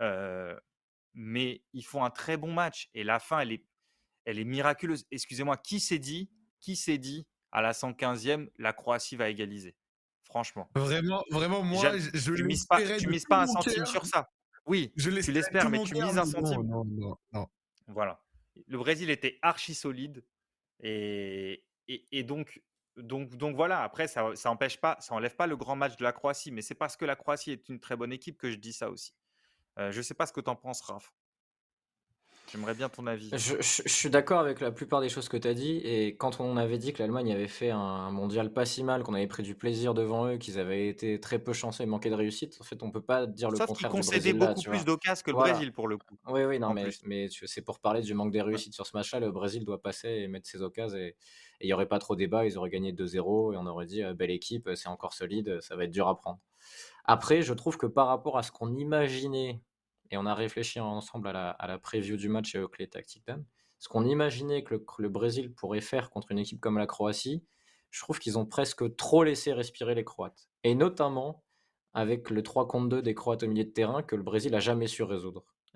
Speaker 2: Mais ils font un très bon match et la fin, elle est miraculeuse. Excusez-moi, qui s'est dit à la 115e, la Croatie va égaliser? Franchement.
Speaker 1: Vraiment, moi, je l'espérais
Speaker 2: Tu
Speaker 1: de
Speaker 2: mises
Speaker 1: tout
Speaker 2: pas un
Speaker 1: mon
Speaker 2: centime
Speaker 1: cœur.
Speaker 2: sur ça. Oui,
Speaker 1: Je
Speaker 2: tu
Speaker 1: l'espérais de
Speaker 2: l'espères,
Speaker 1: tout
Speaker 2: mais
Speaker 1: mon
Speaker 2: tu
Speaker 1: cœur,
Speaker 2: mises
Speaker 1: mais
Speaker 2: un centime.
Speaker 1: non.
Speaker 2: Voilà. Le Brésil était archi solide. Et donc voilà, après, ça empêche pas, ça enlève pas le grand match de la Croatie, mais c'est parce que la Croatie est une très bonne équipe que je dis ça aussi. Je ne sais pas ce que tu en penses, Raph. J'aimerais bien ton avis.
Speaker 3: Je suis d'accord avec la plupart des choses que tu as dit. Et quand on avait dit que l'Allemagne avait fait un mondial pas si mal, qu'on avait pris du plaisir devant eux, qu'ils avaient été très peu chanceux et manqué de réussite, en fait, on peut pas dire le
Speaker 2: Sauf qu'ils
Speaker 3: contraire du
Speaker 2: concédaient
Speaker 3: Brésil là,
Speaker 2: beaucoup
Speaker 3: tu
Speaker 2: plus
Speaker 3: vois.
Speaker 2: d'occasions que le
Speaker 3: Voilà.
Speaker 2: Brésil, pour le coup,
Speaker 3: Oui, oui, non,
Speaker 2: en plus.
Speaker 3: mais c'est pour parler du manque des
Speaker 2: Ouais.
Speaker 3: réussites sur ce match-là. Le Brésil doit passer et mettre ses occasions et il n'y aurait pas trop débat. Ils auraient gagné 2-0 et on aurait dit belle équipe, c'est encore solide, ça va être dur à prendre. Après, je trouve que par rapport à ce qu'on imaginait, et on a réfléchi ensemble à la preview du match et aux clés tactiques d'Anne, ce qu'on imaginait que le Brésil pourrait faire contre une équipe comme la Croatie, je trouve qu'ils ont presque trop laissé respirer les Croates. Et notamment avec le 3 contre 2 des Croates au milieu de terrain que le Brésil a jamais su résoudre.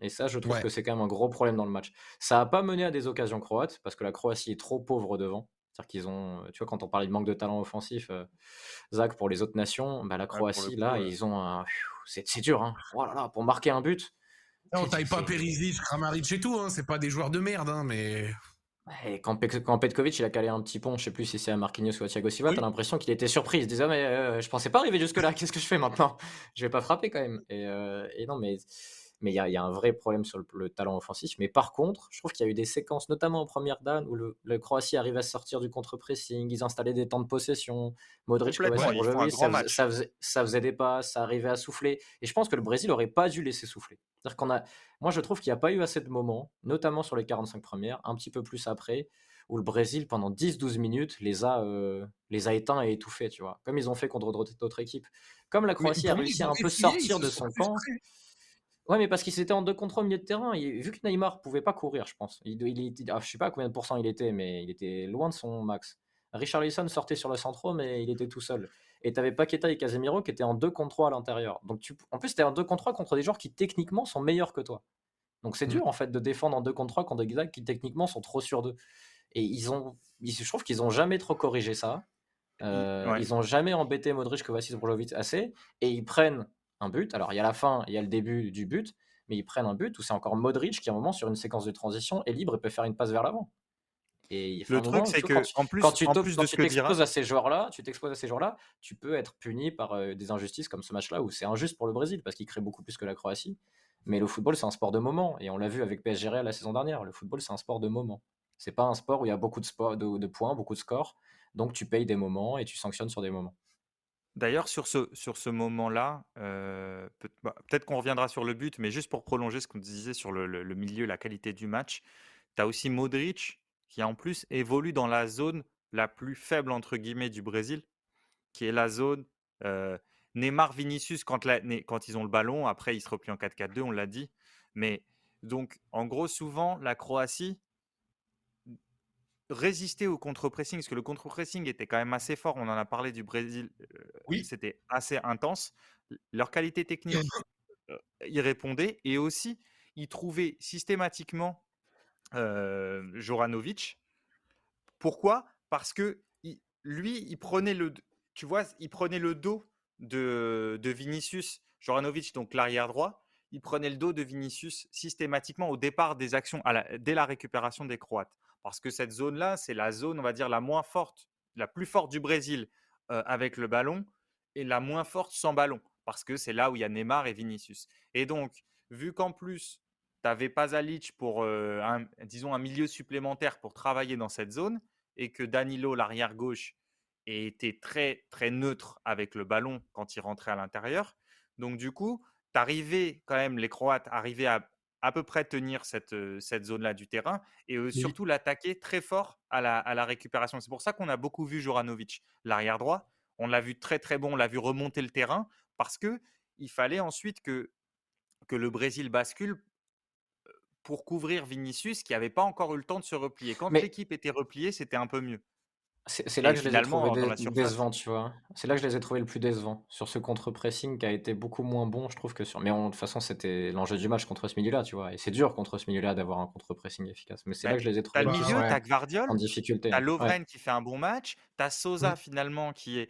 Speaker 3: Et ça, je trouve
Speaker 1: Ouais.
Speaker 3: que c'est quand même un gros problème dans le match. Ça a pas mené à des occasions croates, parce que la Croatie est trop pauvre devant. C'est-à-dire qu'ils ont, tu vois, quand on parlait de manque de talent offensif, Zach, pour les autres nations, bah, la
Speaker 2: Ouais, pour le
Speaker 3: Croatie,
Speaker 2: coup,
Speaker 3: là, ils ont un c'est dur, hein. Oh là là, pour marquer un but,
Speaker 1: On taille pas
Speaker 3: c'est
Speaker 1: Perisic, Kramaric et tout, hein, c'est pas des joueurs de merde, hein, mais
Speaker 3: ouais, quand Petkovic, il a calé un petit pont, je sais plus si c'est à Marquinhos ou à Thiago Silva, tu
Speaker 1: oui.
Speaker 3: l'impression qu'il était surpris. Il se disait: «Ah mais, je pensais pas arriver jusque là, qu'est-ce que je fais maintenant? Je vais pas frapper quand même», et non, mais il y a un vrai problème sur le talent offensif. Mais par contre, je trouve qu'il y a eu des séquences, notamment en première dan, où le Croatie arrivait à sortir du contre-pressing, ils installaient des temps de possession. Modric,
Speaker 2: Complètement,
Speaker 3: Kovacic,
Speaker 1: Ouais.
Speaker 2: ils font un
Speaker 3: Brozovic,
Speaker 2: grand match.
Speaker 3: ça faisait des passes, ça arrivait à souffler, et je pense que le Brésil aurait pas dû laisser souffler. C'est-à-dire moi je trouve qu'il y a pas eu assez de moments, notamment sur les 45 premières, un petit peu plus après, où le Brésil, pendant 10-12 minutes, les a éteints et étouffés, tu vois. Comme ils ont fait contre d'autres équipes. Comme la
Speaker 1: Mais
Speaker 3: Croatie a
Speaker 1: pour moi,
Speaker 3: réussi
Speaker 1: ils
Speaker 3: à
Speaker 1: ont
Speaker 3: un peu
Speaker 1: essayé, ils
Speaker 3: sortir
Speaker 1: se
Speaker 3: de
Speaker 1: sont
Speaker 3: son camp.
Speaker 1: frustrés.
Speaker 3: Ouais, mais parce qu'ils étaient en 2 contre 1 au milieu de terrain, et vu que Neymar pouvait pas courir, je pense. Je sais pas à combien de pourcents il était, mais il était loin de son max. Richarlison sortait sur le centre, mais il était tout seul. Et tu avais Paqueta et Casemiro qui étaient en 2 contre 3 à l'intérieur. Donc en plus, tu en 2 contre 3 contre des joueurs qui techniquement sont meilleurs que toi. Donc c'est
Speaker 1: Mm.
Speaker 3: dur en fait de défendre en 2 contre 3 contre des gars qui techniquement sont trop sûrs d'eux. Et je trouve qu'ils ont jamais trop corrigé ça.
Speaker 2: Ouais.
Speaker 3: Ils ont jamais embêté Modric, Kovacic, Brozovic assez, et ils prennent un but. Alors il y a la fin, il y a le début du but, mais ils prennent un but où c'est encore Modric qui, à un moment, sur une séquence de transition, est libre et peut faire une passe vers l'avant. Et il faut
Speaker 2: Le
Speaker 3: un
Speaker 2: truc,
Speaker 3: moment,
Speaker 2: c'est
Speaker 3: tu vois, quand
Speaker 2: que
Speaker 3: tu,
Speaker 2: en plus
Speaker 3: quand
Speaker 2: de ce
Speaker 3: tu
Speaker 2: que
Speaker 3: t'exposes
Speaker 2: dira,
Speaker 3: à ces joueurs-là, tu peux être puni par des injustices comme ce match-là, où c'est injuste pour le Brésil parce qu'il crée beaucoup plus que la Croatie. Mais le football, c'est un sport de moment, et on l'a vu avec PSG Real la saison dernière. Le football, c'est un sport de moment. C'est pas un sport où il y a beaucoup de points, beaucoup de scores. Donc tu payes des moments et tu sanctionnes sur des moments.
Speaker 2: d'ailleurs, sur ce moment-là, peut-être qu'on reviendra sur le but, mais juste pour prolonger ce qu'on disait sur le milieu, la qualité du match, tu as aussi Modric qui, en plus, évolue dans la zone la plus faible, entre guillemets, du Brésil, qui est la zone euh, Neymar-Vinicius quand ils ont le ballon. Après, ils se replient en 4-4-2, on l'a dit. Mais donc, en gros, souvent, la Croatie résister au contre-pressing, parce que le contre-pressing était quand même assez fort. On en a parlé du Brésil,
Speaker 1: Oui.
Speaker 2: c'était assez intense. Leur qualité technique y répondait, et aussi, ils trouvaient systématiquement Joranovic. Pourquoi? Parce que lui, tu vois, il prenait le dos de Vinicius, Joranovic, donc l'arrière droit. Il prenait le dos de Vinicius systématiquement au départ des actions, dès la récupération des Croates. Parce que cette zone-là, c'est la zone, on va dire, la moins forte, la plus forte du Brésil avec le ballon, et la moins forte sans ballon. Parce que c'est là où il y a Neymar et Vinicius. Et donc, vu qu'en plus, tu n'avais pas Alic pour, disons, un milieu supplémentaire pour travailler dans cette zone, et que Danilo, l'arrière gauche, était très, très neutre avec le ballon quand il rentrait à l'intérieur. Donc, du coup, quand même, les Croates arrivaient à peu près tenir cette zone-là du terrain, et
Speaker 1: Oui.
Speaker 2: surtout l'attaquer très fort à la récupération. C'est pour ça qu'on a beaucoup vu Joranovic, l'arrière droit. On l'a vu très, très bon, on l'a vu remonter le terrain, parce qu'il fallait ensuite que le Brésil bascule pour couvrir Vinicius, qui n'avait pas encore eu le temps de se replier. Quand
Speaker 3: Mais
Speaker 2: l'équipe était repliée, c'était un peu mieux.
Speaker 3: c'est là
Speaker 2: Et
Speaker 3: que je les ai trouvés
Speaker 2: finalement, dans la surface.
Speaker 3: décevants, tu vois. C'est là que je les ai trouvés le plus décevants. Sur ce contre-pressing qui a été beaucoup moins bon, je trouve, que sur. Mais de toute façon, c'était l'enjeu du match contre ce milieu-là, tu vois. Et c'est dur contre ce milieu-là d'avoir un contre-pressing efficace. Mais c'est là
Speaker 2: Ben,
Speaker 3: que je les ai
Speaker 2: tu as
Speaker 3: trouvés
Speaker 2: le
Speaker 3: le plus
Speaker 1: Bah
Speaker 2: milieu, tu
Speaker 1: ouais.
Speaker 2: as
Speaker 3: en
Speaker 2: Gvardiol,
Speaker 3: difficulté,
Speaker 2: tu as
Speaker 3: hein. Ouais.
Speaker 2: Lovren qui fait un bon match, tu as Sosa
Speaker 1: Mm.
Speaker 2: finalement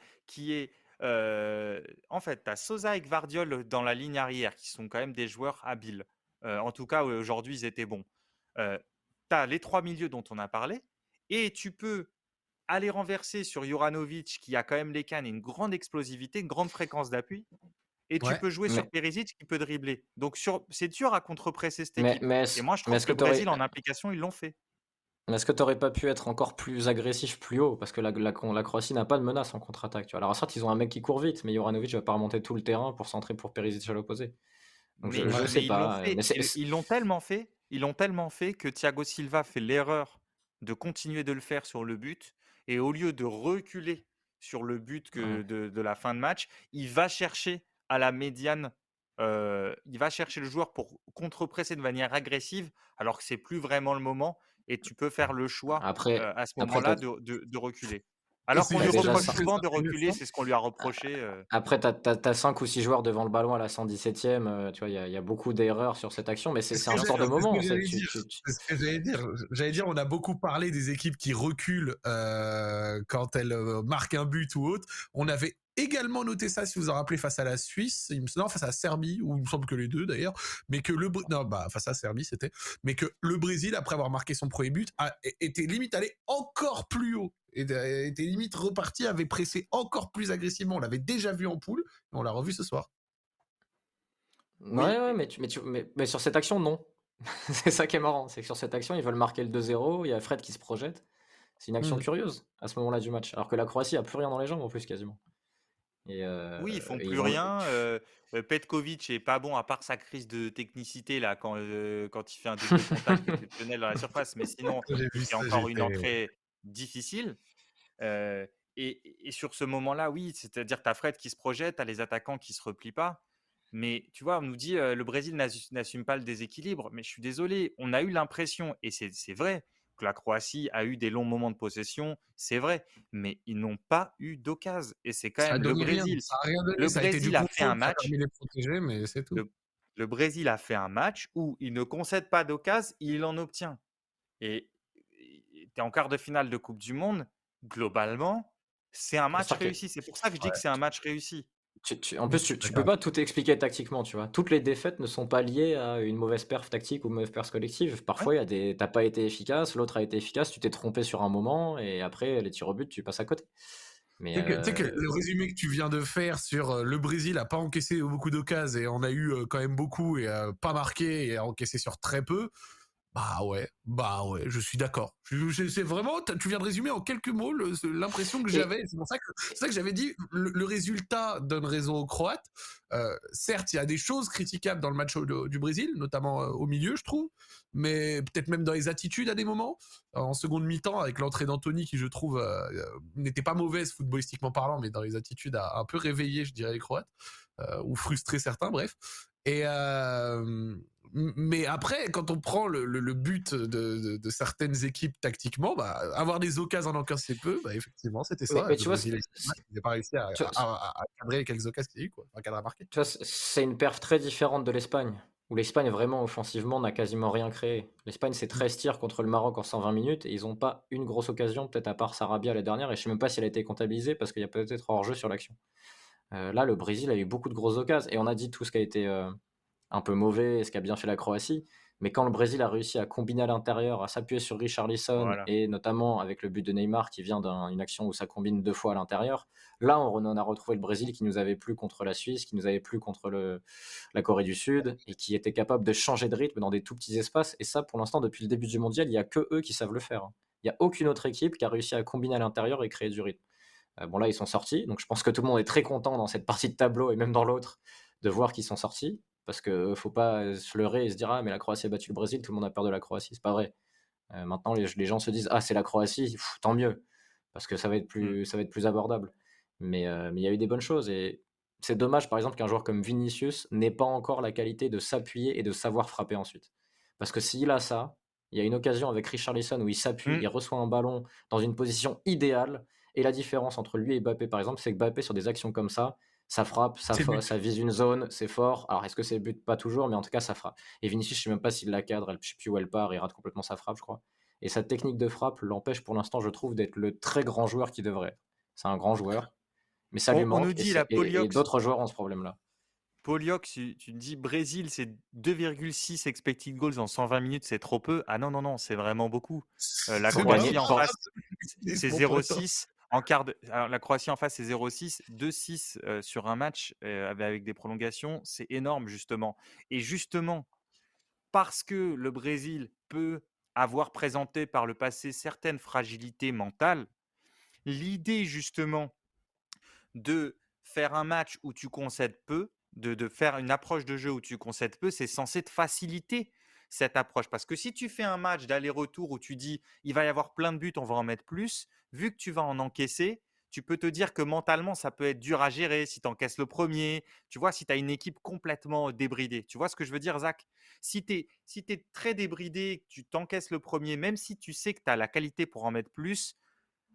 Speaker 2: en fait, tu as Sosa et Gvardiol dans la ligne arrière qui sont quand même des joueurs habiles. En tout cas, aujourd'hui, ils étaient bons. Tu as les trois milieux dont on a parlé, et tu peux aller renverser sur Juranovic qui a quand même les cannes et une grande explosivité, une grande fréquence d'appui. Et tu
Speaker 1: Ouais.
Speaker 2: peux jouer sur
Speaker 3: Mais,
Speaker 2: Perisic qui peut dribbler. Donc c'est dur à contrepresser cette
Speaker 3: mais,
Speaker 2: équipe.
Speaker 3: mais,
Speaker 2: Et
Speaker 3: est-ce
Speaker 2: moi, je
Speaker 3: mais
Speaker 2: trouve
Speaker 3: est-ce
Speaker 2: que
Speaker 3: que
Speaker 2: le
Speaker 3: tu aurais.
Speaker 2: Brésil, en implication, ils l'ont fait.
Speaker 3: Mais est-ce que tu aurais pas pu être encore plus agressif plus haut? Parce que la Croatie n'a pas de menace en contre-attaque, tu vois. Alors certes, ils ont un mec qui court vite, mais Juranovic va pas remonter tout le terrain pour centrer pour Perisic à l'opposé. Donc je
Speaker 1: Ouais.
Speaker 3: sais
Speaker 2: Mais ils l'ont
Speaker 3: pas.
Speaker 2: fait. Ils l'ont tellement fait que Thiago Silva fait l'erreur de continuer de le faire sur le but. Et au lieu de reculer sur le but
Speaker 3: Ouais.
Speaker 2: de la fin de match, il va chercher à la médiane. Il va chercher le joueur pour contre-presser de manière agressive, alors que c'est plus vraiment le moment. Et tu peux faire le choix
Speaker 3: Après,
Speaker 2: à ce
Speaker 3: après t'as
Speaker 2: moment-là de reculer.
Speaker 1: Et
Speaker 2: Alors
Speaker 1: c'est
Speaker 2: qu'on lui
Speaker 3: Bah, déjà,
Speaker 2: reproche
Speaker 1: justement
Speaker 3: ça.
Speaker 1: très
Speaker 2: souvent de reculer,
Speaker 1: intéressant.
Speaker 2: c'est ce qu'on lui a reproché.
Speaker 3: Après, t'as 5 ou 6 joueurs devant le ballon à la 117e. Tu vois, il y a beaucoup d'erreurs sur cette action, mais
Speaker 1: C'est ce
Speaker 3: c'est
Speaker 1: que
Speaker 3: un sport de
Speaker 1: c'est ce que
Speaker 3: moment.
Speaker 1: j'allais dire. C'est ce que j'allais dire. J'allais dire, on a beaucoup parlé des équipes qui reculent quand elles marquent un but ou autre. On avait également noté ça, si vous en rappelez, face à la Suisse, non, face à la Serbie, ou il me semble que les deux d'ailleurs, mais que non, bah, face à la Serbie, c'était, mais que le Brésil, après avoir marqué son premier but, était limite allé encore plus haut. Était limite reparti, avait pressé encore plus agressivement. On l'avait déjà vu en poule, et on l'a revu ce soir.
Speaker 3: Ouais,
Speaker 2: Oui,
Speaker 3: ouais, mais sur cette action, non. C'est ça qui est marrant, c'est que sur cette action, ils veulent marquer le 2-0, il y a Fred qui se projette. C'est une action
Speaker 1: Hmm.
Speaker 3: curieuse à ce moment-là du match, alors que la Croatie a plus rien dans les jambes en plus quasiment.
Speaker 2: oui, ils font
Speaker 3: Et
Speaker 2: plus
Speaker 3: ils ont.
Speaker 2: rien. Petkovic est pas bon à part sa crise de technicité là quand il fait un double contact exceptionnel dans la surface, mais sinon
Speaker 1: J'ai vu
Speaker 2: c'est
Speaker 1: ça,
Speaker 2: encore une entrée difficile. Et sur ce moment-là, oui, c'est-à-dire tu as Fred qui se projette, tu as les attaquants qui se replient pas. Mais tu vois, on nous dit le Brésil n'assume pas le déséquilibre. Mais je suis désolé, on a eu l'impression, et c'est vrai, que la Croatie a eu des longs moments de possession, c'est vrai, mais ils n'ont pas eu d'occasion. Et c'est quand
Speaker 1: Ça a
Speaker 2: même le
Speaker 1: donné rien,
Speaker 2: Brésil.
Speaker 1: ça a rien donné,
Speaker 2: Le
Speaker 1: ça a été du
Speaker 2: Brésil a fait un
Speaker 1: contrôle qui a
Speaker 2: match.
Speaker 1: permis de les protéger, mais c'est tout.
Speaker 2: Le, le Brésil a fait un match où il ne concède pas d'occasion, il en obtient. Et tu es en quart de finale de Coupe du Monde, globalement, c'est un match
Speaker 3: C'est-à-dire que
Speaker 2: réussi. C'est pour ça que je dis
Speaker 1: Ouais,
Speaker 2: que c'est un match réussi.
Speaker 3: en
Speaker 1: je
Speaker 3: plus,
Speaker 1: suis
Speaker 3: tu peux
Speaker 1: d'accord.
Speaker 3: pas tout expliquer tactiquement, tu vois. Toutes les défaites ne sont pas liées à une mauvaise perf tactique ou une mauvaise perf collective.
Speaker 2: Ouais.
Speaker 3: Parfois, t'as pas été efficace, l'autre a été efficace, tu t'es trompé sur un moment, et après, les tirs au but, tu passes à côté. Mais
Speaker 1: Tu sais que le résumé que tu viens de faire sur le Brésil a pas encaissé beaucoup d'occasions et on a eu quand même beaucoup et pas marqué et a encaissé sur très peu. Bah ouais, je suis d'accord. C'est vraiment, tu viens de résumer en quelques mots l'impression que
Speaker 3: et,
Speaker 1: j'avais. C'est ça que j'avais dit. Le résultat donne raison aux Croates. Certes, il y a des choses critiquables dans le match du Brésil, notamment au milieu, je trouve, mais peut-être même dans les attitudes à des moments. En seconde mi-temps, avec l'entrée d'Anthony, qui je trouve n'était pas mauvaise footballistiquement parlant, mais dans les attitudes a un peu réveillé, je dirais, les Croates, ou frustré certains, bref. Et mais après, quand on prend le but de certaines équipes tactiquement, bah, avoir des occasions en encaisser peu, bah, effectivement, c'était ça.
Speaker 3: mais
Speaker 1: Le
Speaker 3: tu vois,
Speaker 1: Brésil n'a pas réussi
Speaker 3: tu vois,
Speaker 1: à cadrer les quelques occasions qu'il y a eu, quoi. Enfin, cadrer à marquer.
Speaker 3: tu vois, c'est une perf très différente de l'Espagne, où l'Espagne, vraiment, offensivement, n'a quasiment rien créé. L'Espagne, c'est
Speaker 1: Mm.
Speaker 3: 13 tirs contre le Maroc en 120 minutes, et ils n'ont pas une grosse occasion, peut-être à part Sarabia la dernière, et je sais même pas si elle a été comptabilisée, parce qu'il y a peut-être hors-jeu sur l'action. Là, le Brésil a eu beaucoup de grosses occasions, et on a dit tout ce qui a été un peu mauvais et ce qu'a bien fait la Croatie. Mais quand le Brésil a réussi à combiner à l'intérieur, à s'appuyer sur Richarlison,
Speaker 2: Voilà.
Speaker 3: et notamment avec le but de Neymar qui vient d'une action où ça combine 2 fois à l'intérieur, là on a retrouvé le Brésil qui nous avait plu contre la Suisse, qui nous avait plu contre la Corée du Sud, et qui était capable de changer de rythme dans des tout petits espaces. Et ça, pour l'instant, depuis le début du mondial, il n'y a que eux qui savent le faire. Il n'y a aucune autre équipe qui a réussi à combiner à l'intérieur et créer du rythme. Bon, là, ils sont sortis, donc je pense que tout le monde est très content dans cette partie de tableau et même dans l'autre de voir qu'ils sont sortis, parce que faut pas se leurrer et se dire ah mais la Croatie a battu le Brésil, tout le monde a peur de la Croatie, c'est pas vrai. Maintenant les gens se disent ah c'est la Croatie, tant mieux, parce que
Speaker 2: Mm.
Speaker 3: ça va être plus abordable. Mais il y a eu des bonnes choses, et c'est dommage par exemple qu'un joueur comme Vinicius n'ait pas encore la qualité de s'appuyer et de savoir frapper ensuite. Parce que s'il a ça, il y a une occasion avec Richarlison où il s'appuie,
Speaker 2: Mm.
Speaker 3: il reçoit un ballon dans une position idéale, et la différence entre lui et Mbappé par exemple, c'est que Mbappé sur des actions comme ça frappe,
Speaker 1: C'est but.
Speaker 3: ça vise une zone, c'est fort. Alors est-ce que c'est but? Pas toujours, mais en tout cas ça frappe. Et Vinicius, je sais même pas s'il la cadre, je sais plus où elle part, il rate complètement sa frappe, je crois. Et sa technique de frappe l'empêche pour l'instant, je trouve, d'être le très grand joueur qu'il devrait être. C'est un grand joueur, mais ça lui
Speaker 2: On nous
Speaker 3: manque,
Speaker 2: dit la
Speaker 3: et
Speaker 2: Poliox.
Speaker 3: d'autres joueurs ont ce problème-là.
Speaker 2: Poliox, tu me dis Brésil, c'est 2,6 expected goals en 120 minutes, c'est trop peu. Ah non, non, non, c'est vraiment beaucoup. La
Speaker 1: C'est
Speaker 3: Pour gagner,
Speaker 2: Croatie en
Speaker 1: pas
Speaker 2: face, c'est
Speaker 1: mon pote.
Speaker 2: 0,6. En quart de... Alors, la Croatie en face, c'est 0,6. 2,6 sur un match avec des prolongations, c'est énorme, justement. Et justement, parce que le Brésil peut avoir présenté par le passé certaines fragilités mentales, l'idée, justement, de faire un match où tu concèdes peu, de faire une approche de jeu où tu concèdes peu, c'est censé te faciliter cette approche. Parce que si tu fais un match d'aller-retour où tu dis il va y avoir plein de buts, on va en mettre plus, vu que tu vas en encaisser, tu peux te dire que mentalement, ça peut être dur à gérer si tu encaisses le premier. Tu vois, si tu as une équipe complètement débridée. Tu vois ce que je veux dire, Zach? Si tu es très débridé, que tu t'encaisses le premier, même si tu sais que tu as la qualité pour en mettre plus,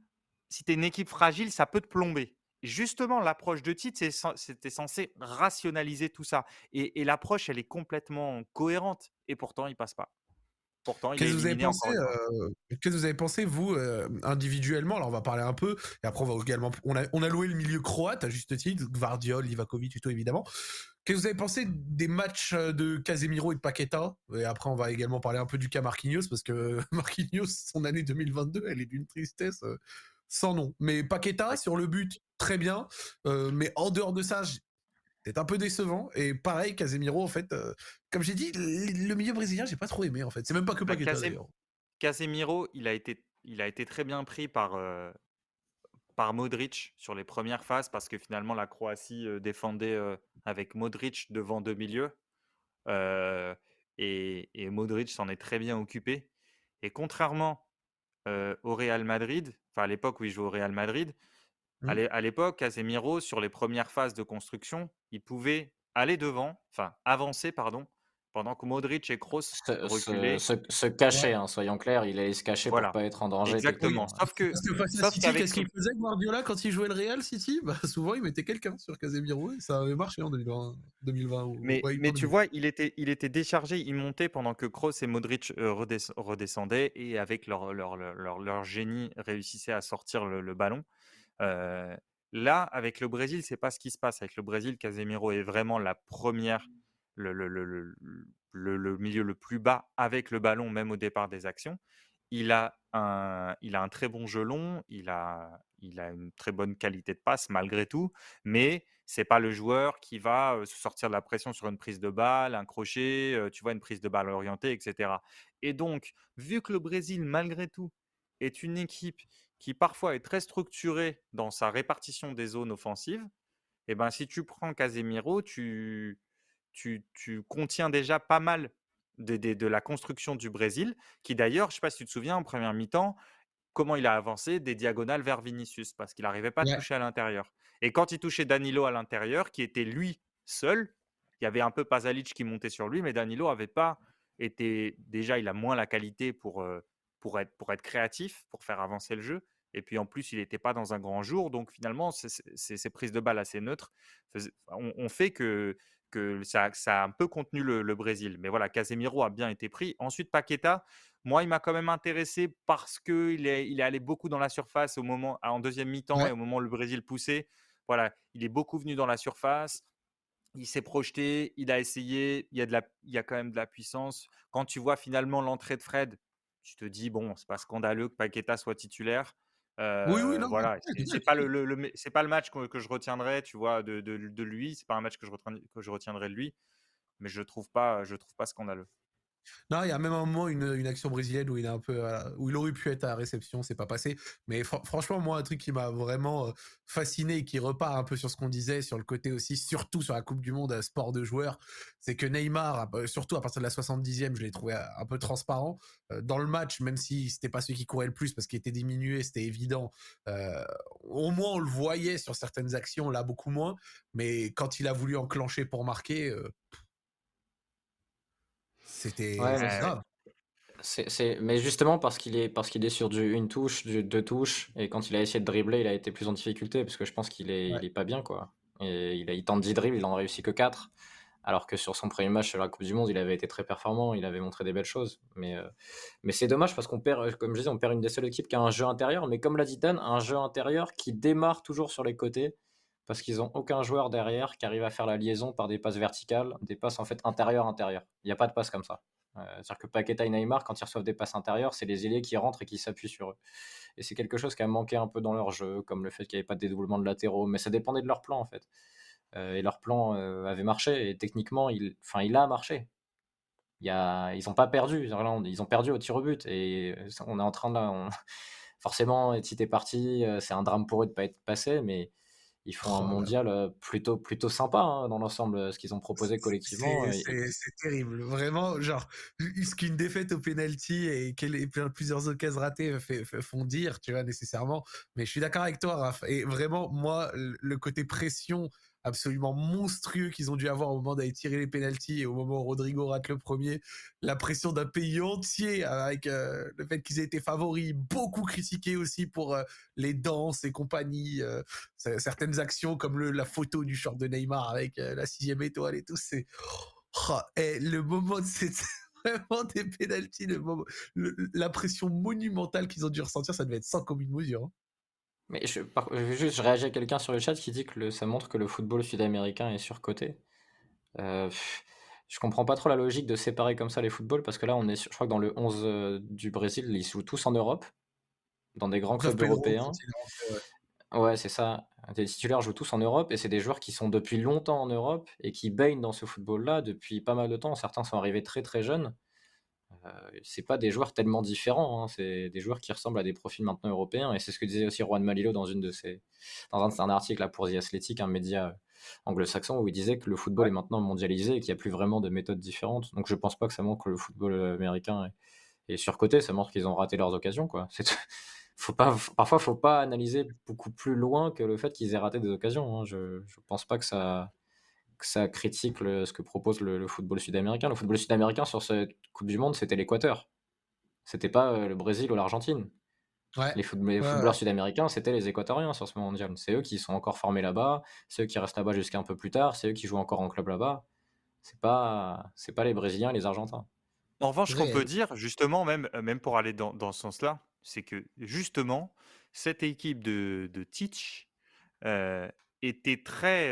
Speaker 2: si tu es une équipe fragile, ça peut te plomber. Et justement, l'approche de titre, c'était censé rationaliser tout ça. Et l'approche, elle est complètement cohérente. Et pourtant, il passe pas. Pourtant, il est
Speaker 1: Qu'est-ce que vous avez
Speaker 2: éliminé
Speaker 1: pensé,
Speaker 2: encore une fois.
Speaker 1: qu'est-ce que vous avez pensé, vous, individuellement? Alors, on va parler un peu, et après, on a loué le milieu croate, à juste titre, Gvardiol, Livakovic et tout, évidemment. Qu'est-ce que vous avez pensé des matchs de Casemiro et de Paqueta? Et après, on va également parler un peu du cas Marquinhos, parce que Marquinhos, son année 2022, elle est d'une tristesse sans nom. Mais Paqueta,
Speaker 2: Ouais.
Speaker 1: sur le but, très bien. Mais en dehors de ça, c'est un peu décevant. Et pareil, Casemiro, en fait, comme j'ai dit, le milieu brésilien, j'ai pas trop aimé, en fait. C'est même pas que
Speaker 2: Bah,
Speaker 1: Paqueta, d'ailleurs.
Speaker 2: Casemiro, il a été très bien pris par Modric sur les premières phases parce que finalement la Croatie défendait avec Modric devant deux milieux. Euh, et Modric s'en est très bien occupé. Et contrairement au Real Madrid, enfin à l'époque où il jouait au Real Madrid,
Speaker 1: Hmm.
Speaker 2: à l'époque, Casemiro, sur les premières phases de construction, il pouvait aller devant, enfin avancer, pardon, pendant que Modric et Kroos reculaient.
Speaker 3: Se
Speaker 1: Ouais.
Speaker 3: cacher, hein, soyons clairs, il allait se cacher pour
Speaker 2: Voilà,
Speaker 3: pas être en danger
Speaker 1: Oui.
Speaker 2: exactement.
Speaker 3: techniquement.
Speaker 1: Parce que face à
Speaker 2: Sauf
Speaker 1: City,
Speaker 2: qu'avec
Speaker 1: qu'est-ce
Speaker 2: ce
Speaker 1: qu'il faisait, Guardiola, quand il jouait le Real City? Bah, souvent, il mettait quelqu'un sur Casemiro et ça avait marché en 2020, 2020 ouais,
Speaker 2: Mais
Speaker 1: en
Speaker 2: tu
Speaker 1: 2020.
Speaker 2: vois, il était déchargé, il montait pendant que Kroos et Modric redescendaient et avec leur génie réussissaient à sortir le ballon. Euh, Là, avec le Brésil, c'est pas ce qui se passe. Avec le Brésil, Casemiro est vraiment la première, le milieu le plus bas avec le ballon, même au départ des actions. Il a un très bon jeu long, il a une très bonne qualité de passe malgré tout, mais c'est pas le joueur qui va se sortir de la pression sur une prise de balle, un crochet, tu vois, une prise de balle orientée, etc. Et donc, vu que le Brésil, malgré tout, est une équipe qui parfois est très structurée dans sa répartition des zones offensives, et ben, si tu prends Casemiro, tu contiens déjà pas mal de la construction du Brésil, qui d'ailleurs, je ne sais pas si tu te souviens, en première mi-temps, comment il a avancé des diagonales vers Vinicius, parce qu'il n'arrivait pas à
Speaker 1: Ouais.
Speaker 2: toucher à l'intérieur. Et quand il touchait Danilo à l'intérieur, qui était lui seul, il y avait un peu Pasalic qui montait sur lui, mais Danilo avait pas été. Déjà, il a moins la qualité pour être créatif, pour faire avancer le jeu. Et puis en plus, il n'était pas dans un grand jour. Donc finalement, ces prises de balles assez neutres ont fait que ça a un peu contenu le Brésil. Mais voilà, Casemiro a bien été pris. Ensuite, Paqueta, moi, il m'a quand même intéressé parce qu'il est allé beaucoup dans la surface en deuxième mi-temps et
Speaker 1: Ouais.
Speaker 2: au moment où le Brésil poussait. Voilà, il est beaucoup venu dans la surface. Il s'est projeté, il a essayé. Il y a quand même de la puissance. Quand tu vois finalement l'entrée de Fred, tu te dis bon, c'est pas scandaleux que Paqueta soit titulaire.
Speaker 1: Oui, oui, non, ouais,
Speaker 2: Voilà,
Speaker 1: ouais,
Speaker 2: c'est pas c'est pas le match que je retiendrai, tu vois, de lui. C'est pas un match que je retiendrai de lui, mais je trouve pas scandaleux.
Speaker 1: non, il y a même un moment une action brésilienne où il est un peu, où il aurait pu être à la réception, c'est pas passé. Mais franchement, moi, un truc qui m'a vraiment fasciné et qui repart un peu sur ce qu'on disait, sur le côté aussi, surtout sur la Coupe du Monde, sport de joueurs, c'est que Neymar, surtout à partir de la 70e, je l'ai trouvé un peu transparent. Dans le match, même si c'était pas celui qui courait le plus parce qu'il était diminué, c'était évident. Au moins, on le voyait sur certaines actions, là, beaucoup moins. Mais quand il a voulu enclencher pour marquer, c'était
Speaker 3: Ouais, mais
Speaker 2: Ouais.
Speaker 1: grave.
Speaker 3: mais justement parce qu'il est sur une touche, deux touches, et quand il a essayé de dribbler, il a été plus en difficulté parce que je pense
Speaker 1: Ouais.
Speaker 3: il est pas bien, quoi. Et il tente 10 dribbles, il en a réussi que 4, alors que sur son premier match sur la Coupe du Monde, il avait été très performant, il avait montré des belles choses. Mais c'est dommage parce qu'on perd, comme je disais, on perd une des seules équipes qui a un jeu intérieur, mais comme l'a dit Dan, un jeu intérieur qui démarre toujours sur les côtés parce qu'ils ont aucun joueur derrière qui arrive à faire la liaison par des passes verticales, des passes en fait intérieures-intérieures. Il n'y a pas de passe comme ça. C'est-à-dire que Paqueta et Neymar, quand ils reçoivent des passes intérieures, c'est les ailiers qui rentrent et qui s'appuient sur eux. Et c'est quelque chose qui a manqué un peu dans leur jeu, comme le fait qu'il n'y avait pas de dédoublement de latéraux, mais ça dépendait de leur plan en fait. Et leur plan avait marché, et techniquement, il a marché. Ils n'ont pas perdu, ils ont perdu au tir au but, et on est en train de forcément, si t'es parti, c'est un drame pour eux de ne pas être passé, mais ils font un
Speaker 1: Oh là.
Speaker 3: mondial plutôt sympa, hein, dans l'ensemble, ce qu'ils ont proposé collectivement.
Speaker 1: C'est terrible, vraiment. Genre, ce qu'une défaite au penalty et plusieurs occasions ratées font dire, tu vois, nécessairement. Mais je suis d'accord avec toi, Raph. Et vraiment, moi, le côté pression absolument monstrueux qu'ils ont dû avoir au moment d'aller tirer les pénaltys et au moment où Rodrigo rate le premier. La pression d'un pays entier avec le fait qu'ils aient été favoris, beaucoup critiqués aussi pour les danses et compagnie, certaines actions comme la photo du short de Neymar avec la 6e étoile et tout. C'est et le moment de cette vraiment des pénaltys, la pression monumentale qu'ils ont dû ressentir, ça devait être sans commune mesure. Hein.
Speaker 3: Mais je réagis à quelqu'un sur le chat qui dit que ça montre que le football sud-américain est surcoté. Euh, je comprends pas trop la logique de séparer comme ça les footballs parce que là, je crois que dans le 11 du Brésil, ils jouent tous en Europe, dans des grands
Speaker 1: Sauf
Speaker 3: clubs
Speaker 1: Pedro
Speaker 3: européens.
Speaker 1: quand il est rentré, ouais.
Speaker 3: Ouais, c'est ça. Les titulaires jouent tous en Europe et c'est des joueurs qui sont depuis longtemps en Europe et qui baignent dans ce football-là depuis pas mal de temps. Certains sont arrivés très très jeunes. C'est pas des joueurs tellement différents, hein. C'est des joueurs qui ressemblent à des profils maintenant européens et c'est ce que disait aussi Juan Malillo dans un article là, pour The Athletic, un média anglo-saxon, où il disait que le football
Speaker 1: Ouais.
Speaker 3: est maintenant mondialisé et qu'il n'y a plus vraiment de méthodes différentes. Donc je pense pas que ça montre que le football américain est surcoté, ça montre qu'ils ont raté leurs occasions, quoi. Parfois, faut pas analyser beaucoup plus loin que le fait qu'ils aient raté des occasions, hein. Je pense pas que ça critique ce que propose le football sud-américain. Le football sud-américain sur cette Coupe du Monde, c'était l'Équateur. C'était pas le Brésil ou l'Argentine.
Speaker 1: Ouais.
Speaker 3: Les
Speaker 1: Ouais,
Speaker 3: footballeurs
Speaker 1: ouais.
Speaker 3: sud-américains, c'était les Équatoriens sur ce mondial. C'est eux qui sont encore formés là-bas, c'est eux qui restent là-bas jusqu'à un peu plus tard, c'est eux qui jouent encore en club là-bas. C'est pas les Brésiliens et les Argentins.
Speaker 2: En revanche, ce qu'on peut
Speaker 1: Réel.
Speaker 2: dire, justement, même pour aller dans ce sens-là, c'est que justement, cette équipe de Titch était très,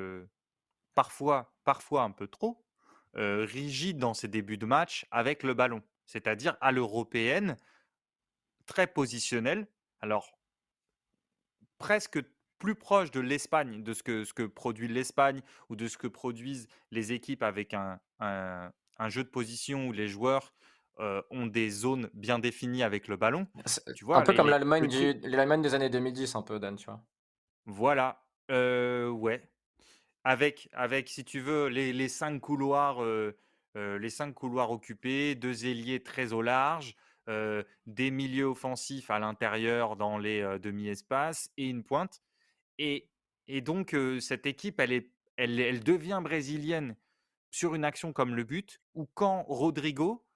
Speaker 2: parfois un peu trop, rigide dans ses débuts de match avec le ballon. C'est-à-dire à l'européenne, très positionnelle. Alors, presque plus proche de l'Espagne, de ce que produit l'Espagne ou de ce que produisent les équipes avec un jeu de position où les joueurs ont des zones bien définies avec le ballon.
Speaker 3: C'est
Speaker 2: Tu
Speaker 3: un
Speaker 2: vois,
Speaker 3: peu comme
Speaker 2: le truc.
Speaker 3: l'Allemagne des années 2010, un peu, Dan, tu vois.
Speaker 2: Voilà. Ouais. Avec, si tu veux, les cinq couloirs occupés, deux ailiers très au large, des milieux offensifs à l'intérieur dans les demi-espaces et une pointe. Et, et donc, cette équipe, elle devient brésilienne sur une action comme le but, ou quand Rodrigo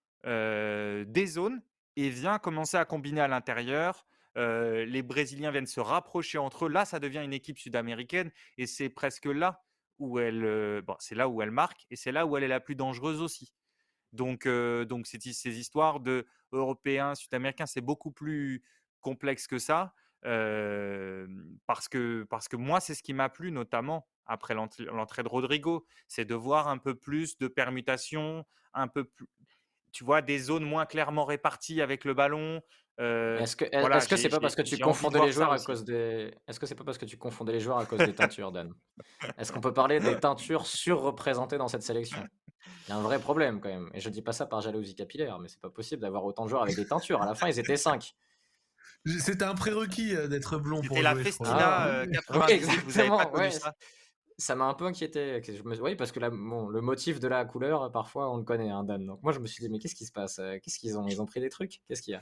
Speaker 2: dézone et vient commencer à combiner à l'intérieur. Les Brésiliens viennent se rapprocher entre eux. Là, ça devient une équipe sud-américaine et c'est presque là où c'est là où elle marque et c'est là où elle est la plus dangereuse aussi. Donc ces histoires de Européens, Sud-Américains, c'est beaucoup plus complexe que ça. Parce que moi, c'est ce qui m'a plu, notamment après l'entrée de Rodrigo, c'est de voir un peu plus de permutations, un peu plus, tu vois, des zones moins clairement réparties avec le ballon. Voilà,
Speaker 3: Est-ce que c'est pas parce que tu
Speaker 2: j'ai envie de
Speaker 3: confondais les
Speaker 2: voir ça
Speaker 3: joueurs à
Speaker 2: aussi.
Speaker 3: cause est-ce que c'est pas parce que tu confondais les joueurs à cause des teintures, Dan? Est-ce qu'on peut parler des teintures surreprésentées dans cette sélection? Il y a un vrai problème quand même et je dis pas ça par jalousie capillaire, mais c'est pas possible d'avoir autant de joueurs avec des teintures. À la fin, ils étaient 5.
Speaker 1: C'était un prérequis d'être blond
Speaker 2: C'était
Speaker 1: pour
Speaker 2: la
Speaker 1: jouer, je crois. Donc,
Speaker 3: Ah
Speaker 2: Festina
Speaker 3: oui,
Speaker 2: 98, vous avez pas
Speaker 3: exactement,
Speaker 2: connu
Speaker 3: ouais,
Speaker 2: ça?
Speaker 3: ça m'a un peu inquiété. Oui, parce que là, bon, le motif de la couleur, parfois, on le connaît, hein, Dan. Donc moi, je me suis dit: «Mais qu'est-ce qui se passe? Qu'est-ce qu'ils ont? Ils ont pris des trucs? Qu'est-ce qu'il y a?»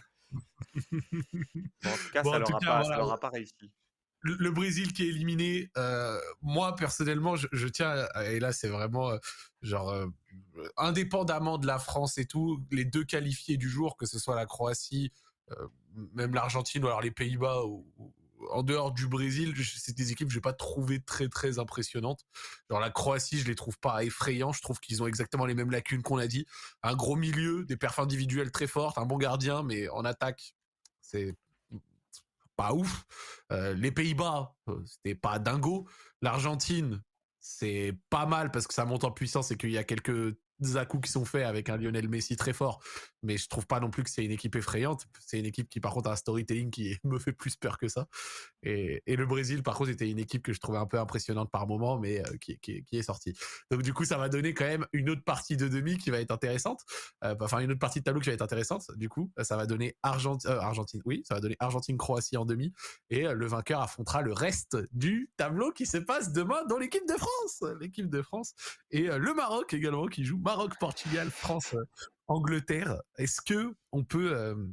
Speaker 2: Bon, en tout cas,
Speaker 1: bon, en tout cas,
Speaker 2: ça
Speaker 1: voilà.
Speaker 2: leur a pas réussi.
Speaker 1: Le Brésil qui est éliminé, moi personnellement, je tiens, et là c'est vraiment genre indépendamment de la France et tout, les deux qualifiés du jour, que ce soit la Croatie, euh, même l'Argentine ou alors les Pays-Bas, ou en dehors du Brésil, c'est des équipes que je n'ai pas trouvé très très impressionnantes. Genre la Croatie, je les trouve pas effrayants, je trouve qu'ils ont exactement les mêmes lacunes qu'on a dit. Un gros milieu, des perfs individuelles très fortes, un bon gardien, mais en attaque, c'est pas ouf. Les Pays-Bas, c'était pas dingo. L'Argentine, c'est pas mal parce que ça monte en puissance et qu'il y a quelques à-coups qui sont faits avec un Lionel Messi très fort. Mais je trouve pas non plus que c'est une équipe effrayante. C'est une équipe qui, par contre, a un storytelling qui me fait plus peur que ça. Et le Brésil, par contre, était une équipe que je trouvais un peu impressionnante par moment, mais qui est sortie. Donc, du coup, ça va donner quand même une autre partie de demi qui va être intéressante. Enfin, une autre partie de tableau qui va être intéressante. Du coup, ça va donner Argentine, oui, ça va donner Argentine-Croatie en demi. Et le vainqueur affrontera le reste du tableau qui se passe demain dans l'équipe de France. L'équipe de France. Et le Maroc également qui joue Maroc-Portugal, France-Angleterre. Est-ce que on peut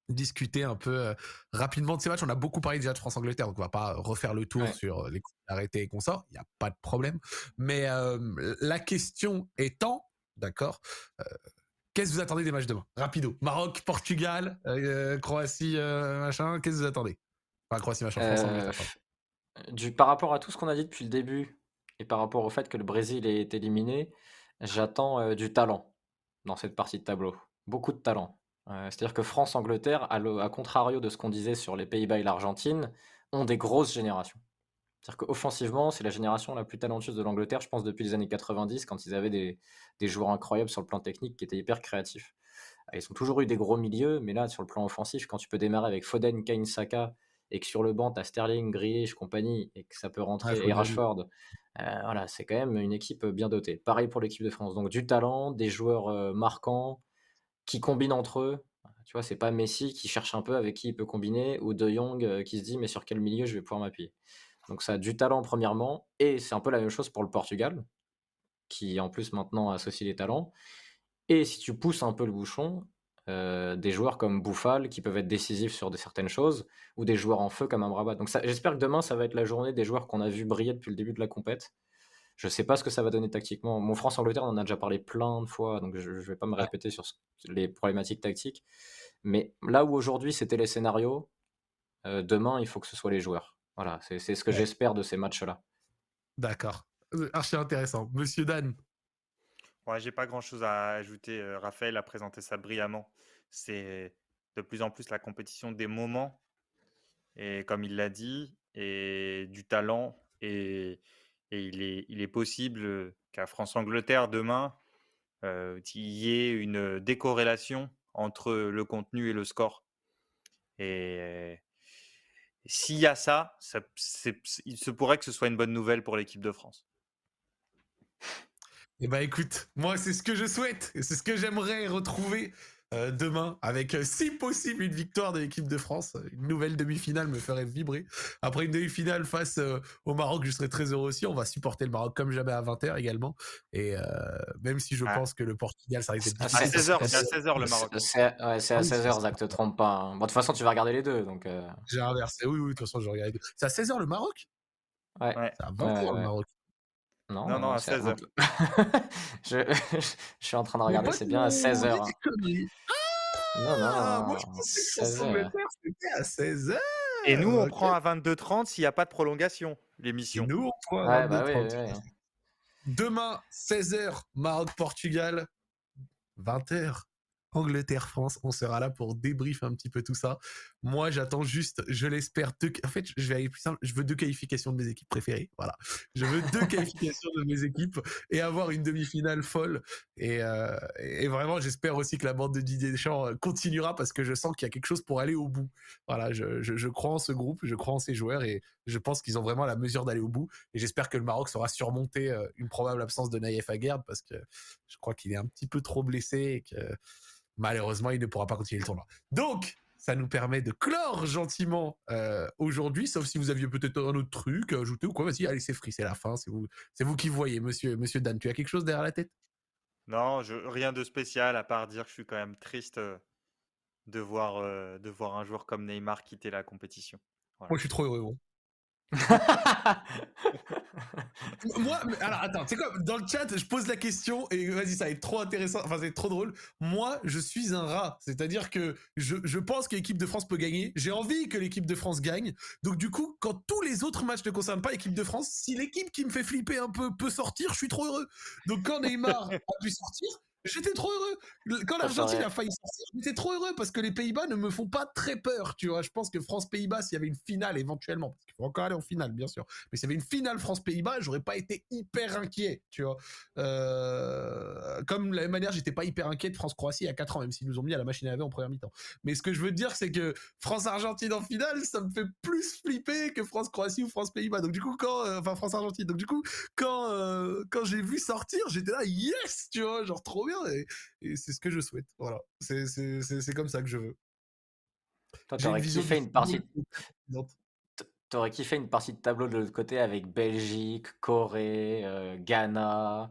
Speaker 1: discuter un peu rapidement de ces matchs. On a beaucoup parlé déjà de France-Angleterre, donc on va pas refaire le tour
Speaker 3: Ouais.
Speaker 1: sur les coups d'arrêté et consorts. Il n'y a pas de problème. Mais la question étant, d'accord, qu'est-ce que vous attendez des matchs demain? Rapido. Maroc, Portugal, Croatie, machin. Qu'est-ce que vous attendez? Enfin, Croatie, machin,
Speaker 3: Euh,
Speaker 1: France-Angleterre, pardon.
Speaker 3: Par rapport à tout ce qu'on a dit depuis le début et par rapport au fait que le Brésil est éliminé, j'attends du talent dans cette partie de tableau. Beaucoup de talent. C'est-à-dire que France-Angleterre, à contrario de ce qu'on disait sur les Pays-Bas et l'Argentine, ont des grosses générations. C'est-à-dire qu'offensivement, c'est la génération la plus talentueuse de l'Angleterre, je pense, depuis les années 90, quand ils avaient des joueurs incroyables sur le plan technique qui étaient hyper créatifs. Ils ont toujours eu des gros milieux, mais là, sur le plan offensif, quand tu peux démarrer avec Foden, Kane, Saka, et que sur le banc, tu as Sterling, Grealish, compagnie, et que ça peut
Speaker 1: Ouais,
Speaker 3: rentrer, et
Speaker 1: Foden.
Speaker 3: Rashford, voilà, c'est quand même une équipe bien dotée. Pareil pour l'équipe de France. Donc du talent, des joueurs marquants, qui combinent entre eux. Tu vois, c'est pas Messi qui cherche un peu avec qui il peut combiner, ou De Jong qui se dit mais sur quel milieu je vais pouvoir m'appuyer. Donc ça a du talent premièrement, et c'est un peu la même chose pour le Portugal, qui en plus maintenant associe les talents. Et si tu pousses un peu le bouchon, des joueurs comme Boufal qui peuvent être décisifs sur certaines choses, ou des joueurs en feu comme Amrabat. Donc j'espère que demain, ça va être la journée des joueurs qu'on a vu briller depuis le début de la compète. Je sais pas ce que ça va donner tactiquement. Mon France-Angleterre, on en a déjà parlé plein de fois, donc je vais pas me
Speaker 1: Ouais.
Speaker 3: répéter sur les problématiques tactiques. Mais là où aujourd'hui c'était les scénarios, demain il faut que ce soit les joueurs. Voilà, c'est ce que
Speaker 1: Ouais.
Speaker 3: j'espère de ces matchs-là.
Speaker 1: D'accord. Archi intéressant. Monsieur Dan.
Speaker 2: Ouais, j'ai pas grand-chose à ajouter. Raphaël a présenté ça brillamment. C'est de plus en plus la compétition des moments, et comme il l'a dit, et du talent. Et il est possible qu'à France-Angleterre, demain, il y ait une décorrélation entre le contenu et le score. Et s'il y a ça, il se pourrait que ce soit une bonne nouvelle pour l'équipe de France.
Speaker 1: Eh ben écoute, moi c'est ce que je souhaite, et c'est ce que j'aimerais retrouver demain, avec si possible une victoire de l'équipe de France. Une nouvelle demi-finale me ferait vibrer. Après une demi-finale face au Maroc, je serais très heureux aussi. On va supporter le Maroc comme jamais à 20h également. Et même si je
Speaker 2: Ah,
Speaker 1: pense que le Portugal, ça risque d'être
Speaker 2: à
Speaker 1: difficile parce que
Speaker 2: 16h, c'est à 16h le Maroc.
Speaker 3: C'est
Speaker 1: Ah
Speaker 3: à
Speaker 1: oui,
Speaker 3: 16h, Zach, te trompe pas, hein. Bon, de toute façon, tu vas regarder les deux, donc
Speaker 1: j'ai inversé. Oui, oui, de toute façon, je regarde. C'est à 16h le Maroc?
Speaker 3: ouais,
Speaker 2: Ouais.
Speaker 1: C'est à
Speaker 3: ouais, ouais,
Speaker 1: 20h le
Speaker 3: ouais.
Speaker 1: Maroc.
Speaker 3: Non,
Speaker 2: Non, non, à
Speaker 3: c'est un
Speaker 2: 16h.
Speaker 3: peu. Je, je suis en train de
Speaker 1: Mes
Speaker 3: regarder,
Speaker 1: potes
Speaker 3: c'est bien à
Speaker 1: m'ont dit
Speaker 3: 16h.
Speaker 1: des conneries.
Speaker 3: Non, non,
Speaker 1: Ah, moi
Speaker 3: non,
Speaker 1: je
Speaker 3: non,
Speaker 1: pensais que
Speaker 3: 16h.
Speaker 1: France-Angleterre c'était à 16h.
Speaker 2: Et nous, on
Speaker 1: Ok.
Speaker 2: prend à 22h30 s'il n'y a pas de prolongation,
Speaker 1: Et
Speaker 2: l'émission.
Speaker 1: nous, on prend à
Speaker 3: Ouais, bah oui,
Speaker 1: 22h30.
Speaker 3: oui, oui.
Speaker 1: Demain, 16h, Maroc-Portugal. 20h, Angleterre-France. On sera là pour débrief un petit peu tout ça. Moi, j'attends juste, je l'espère, en fait, je vais aller plus simple. Je veux 2 qualifications de mes équipes préférées. Voilà. Je veux 2 qualifications de mes équipes et avoir une demi-finale folle. Et vraiment, j'espère aussi que la bande de Didier Deschamps continuera parce que je sens qu'il y a quelque chose pour aller au bout. Voilà, je crois en ce groupe, je crois en ces joueurs et je pense qu'ils ont vraiment la mesure d'aller au bout. Et j'espère que le Maroc saura surmonter une probable absence de Naïef Aguerd parce que je crois qu'il est un petit peu trop blessé et que malheureusement, il ne pourra pas continuer le tournoi. Donc, ça nous permet de clore gentiment aujourd'hui, sauf si vous aviez peut-être un autre truc à ajouter ou quoi. Vas-y, allez, c'est free, c'est la fin. C'est vous qui voyez, monsieur Dan. Tu as quelque chose derrière la tête?
Speaker 2: Non, rien de spécial à part dire que je suis quand même triste de voir un joueur comme Neymar quitter la compétition.
Speaker 1: Moi,
Speaker 2: Voilà.
Speaker 1: je suis trop heureux. Bon. Moi, alors attends, tu sais quoi, dans le chat, je pose la question et vas-y, ça va être trop intéressant, enfin, ça va être trop drôle. Moi, je suis un rat, c'est-à-dire que je pense que l'équipe de France peut gagner. J'ai envie que l'équipe de France gagne. Donc, du coup, quand tous les autres matchs ne concernent pas l'équipe de France, si l'équipe qui me fait flipper un peu peut sortir, je suis trop heureux. Donc, quand Neymar a pu sortir, j'étais trop heureux. Quand
Speaker 3: Ça
Speaker 1: l'Argentine a
Speaker 3: ferait.
Speaker 1: failli sortir, j'étais trop heureux parce que les Pays-Bas ne me font pas très peur, tu vois. Je pense que France-Pays-Bas, s'il y avait une finale éventuellement, parce qu'il faut encore aller en finale, bien sûr, mais s'il y avait une finale France-Pays-Bas, j'aurais pas été hyper inquiet, tu vois. Comme de la même manière, j'étais pas hyper inquiet de France-Croatie il y a 4 ans, même s'ils nous ont mis à la machine à laver en première mi-temps. Mais ce que je veux dire, c'est que France-Argentine en finale, ça me fait plus flipper que France-Croatie ou France-Pays-Bas. Donc du coup, enfin France-Argentine. Donc du coup, quand j'ai vu sortir, j'étais là, yes, tu vois, genre trop bien. Et c'est ce que je souhaite. Voilà, c'est comme ça que je veux.
Speaker 3: Toi,
Speaker 1: J'ai une vision du football.
Speaker 3: t'aurais kiffé une partie de tableau de l'autre côté avec Belgique, Corée, Ghana,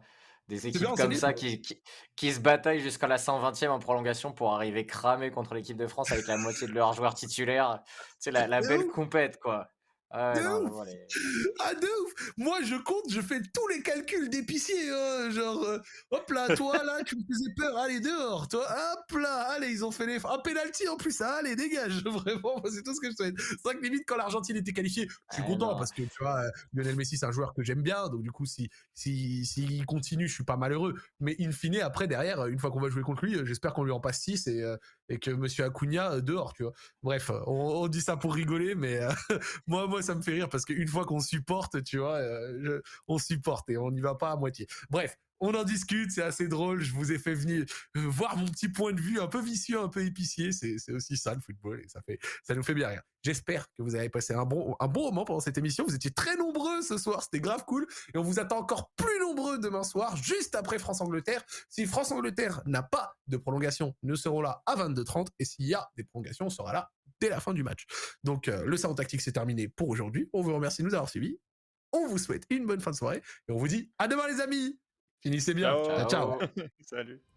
Speaker 3: Des
Speaker 1: C'est
Speaker 3: équipes
Speaker 1: bien,
Speaker 3: comme
Speaker 1: solide.
Speaker 3: ça qui se bataillent jusqu'à la 120e en prolongation pour arriver cramés contre l'équipe de France avec la moitié de leurs joueurs titulaires. C'est la
Speaker 1: De
Speaker 3: belle
Speaker 1: ouf,
Speaker 3: compète, quoi. Ah
Speaker 1: de
Speaker 3: ouais, non,
Speaker 1: ouf.
Speaker 3: vraiment, les...
Speaker 1: Ah de ouf. Moi je compte, je fais tous les calculs d'épicier, hein, genre hop là, toi là tu me faisais peur, allez dehors, toi hop là, allez ils ont fait les un penalty en plus, allez dégage, vraiment moi, c'est tout ce que je souhaite. C'est vrai que limite quand l'Argentine était qualifiée, je suis
Speaker 3: Ah
Speaker 1: content
Speaker 3: non.
Speaker 1: parce que tu vois Lionel Messi c'est un joueur que j'aime bien, donc du coup si continue, je suis pas malheureux, mais in fine après derrière une fois qu'on va jouer contre lui, j'espère qu'on lui en passe 6 et que monsieur Acuna dehors, tu vois. Bref, on dit ça pour rigoler mais moi, ça me fait rire parce qu'une fois qu'on supporte, tu vois, on supporte et on n'y va pas à moitié. Bref, on en discute, c'est assez drôle. Je vous ai fait venir voir mon petit point de vue un peu vicieux, un peu épicier. C'est aussi ça le football et ça nous fait bien rire. J'espère que vous avez passé un bon moment pendant cette émission. Vous étiez très nombreux ce soir, c'était grave cool. Et on vous attend encore plus nombreux demain soir, juste après France-Angleterre. Si France-Angleterre n'a pas de prolongation, nous serons là à 22h30. Et s'il y a des prolongations, on sera là dès la fin du match. Donc, le salon tactique, c'est terminé pour aujourd'hui. On vous remercie de nous avoir suivis. On vous souhaite une bonne fin de soirée et on vous dit à demain, les amis. Finissez bien.
Speaker 2: Ciao.
Speaker 1: Ciao, ciao.
Speaker 3: Ciao.
Speaker 2: Salut.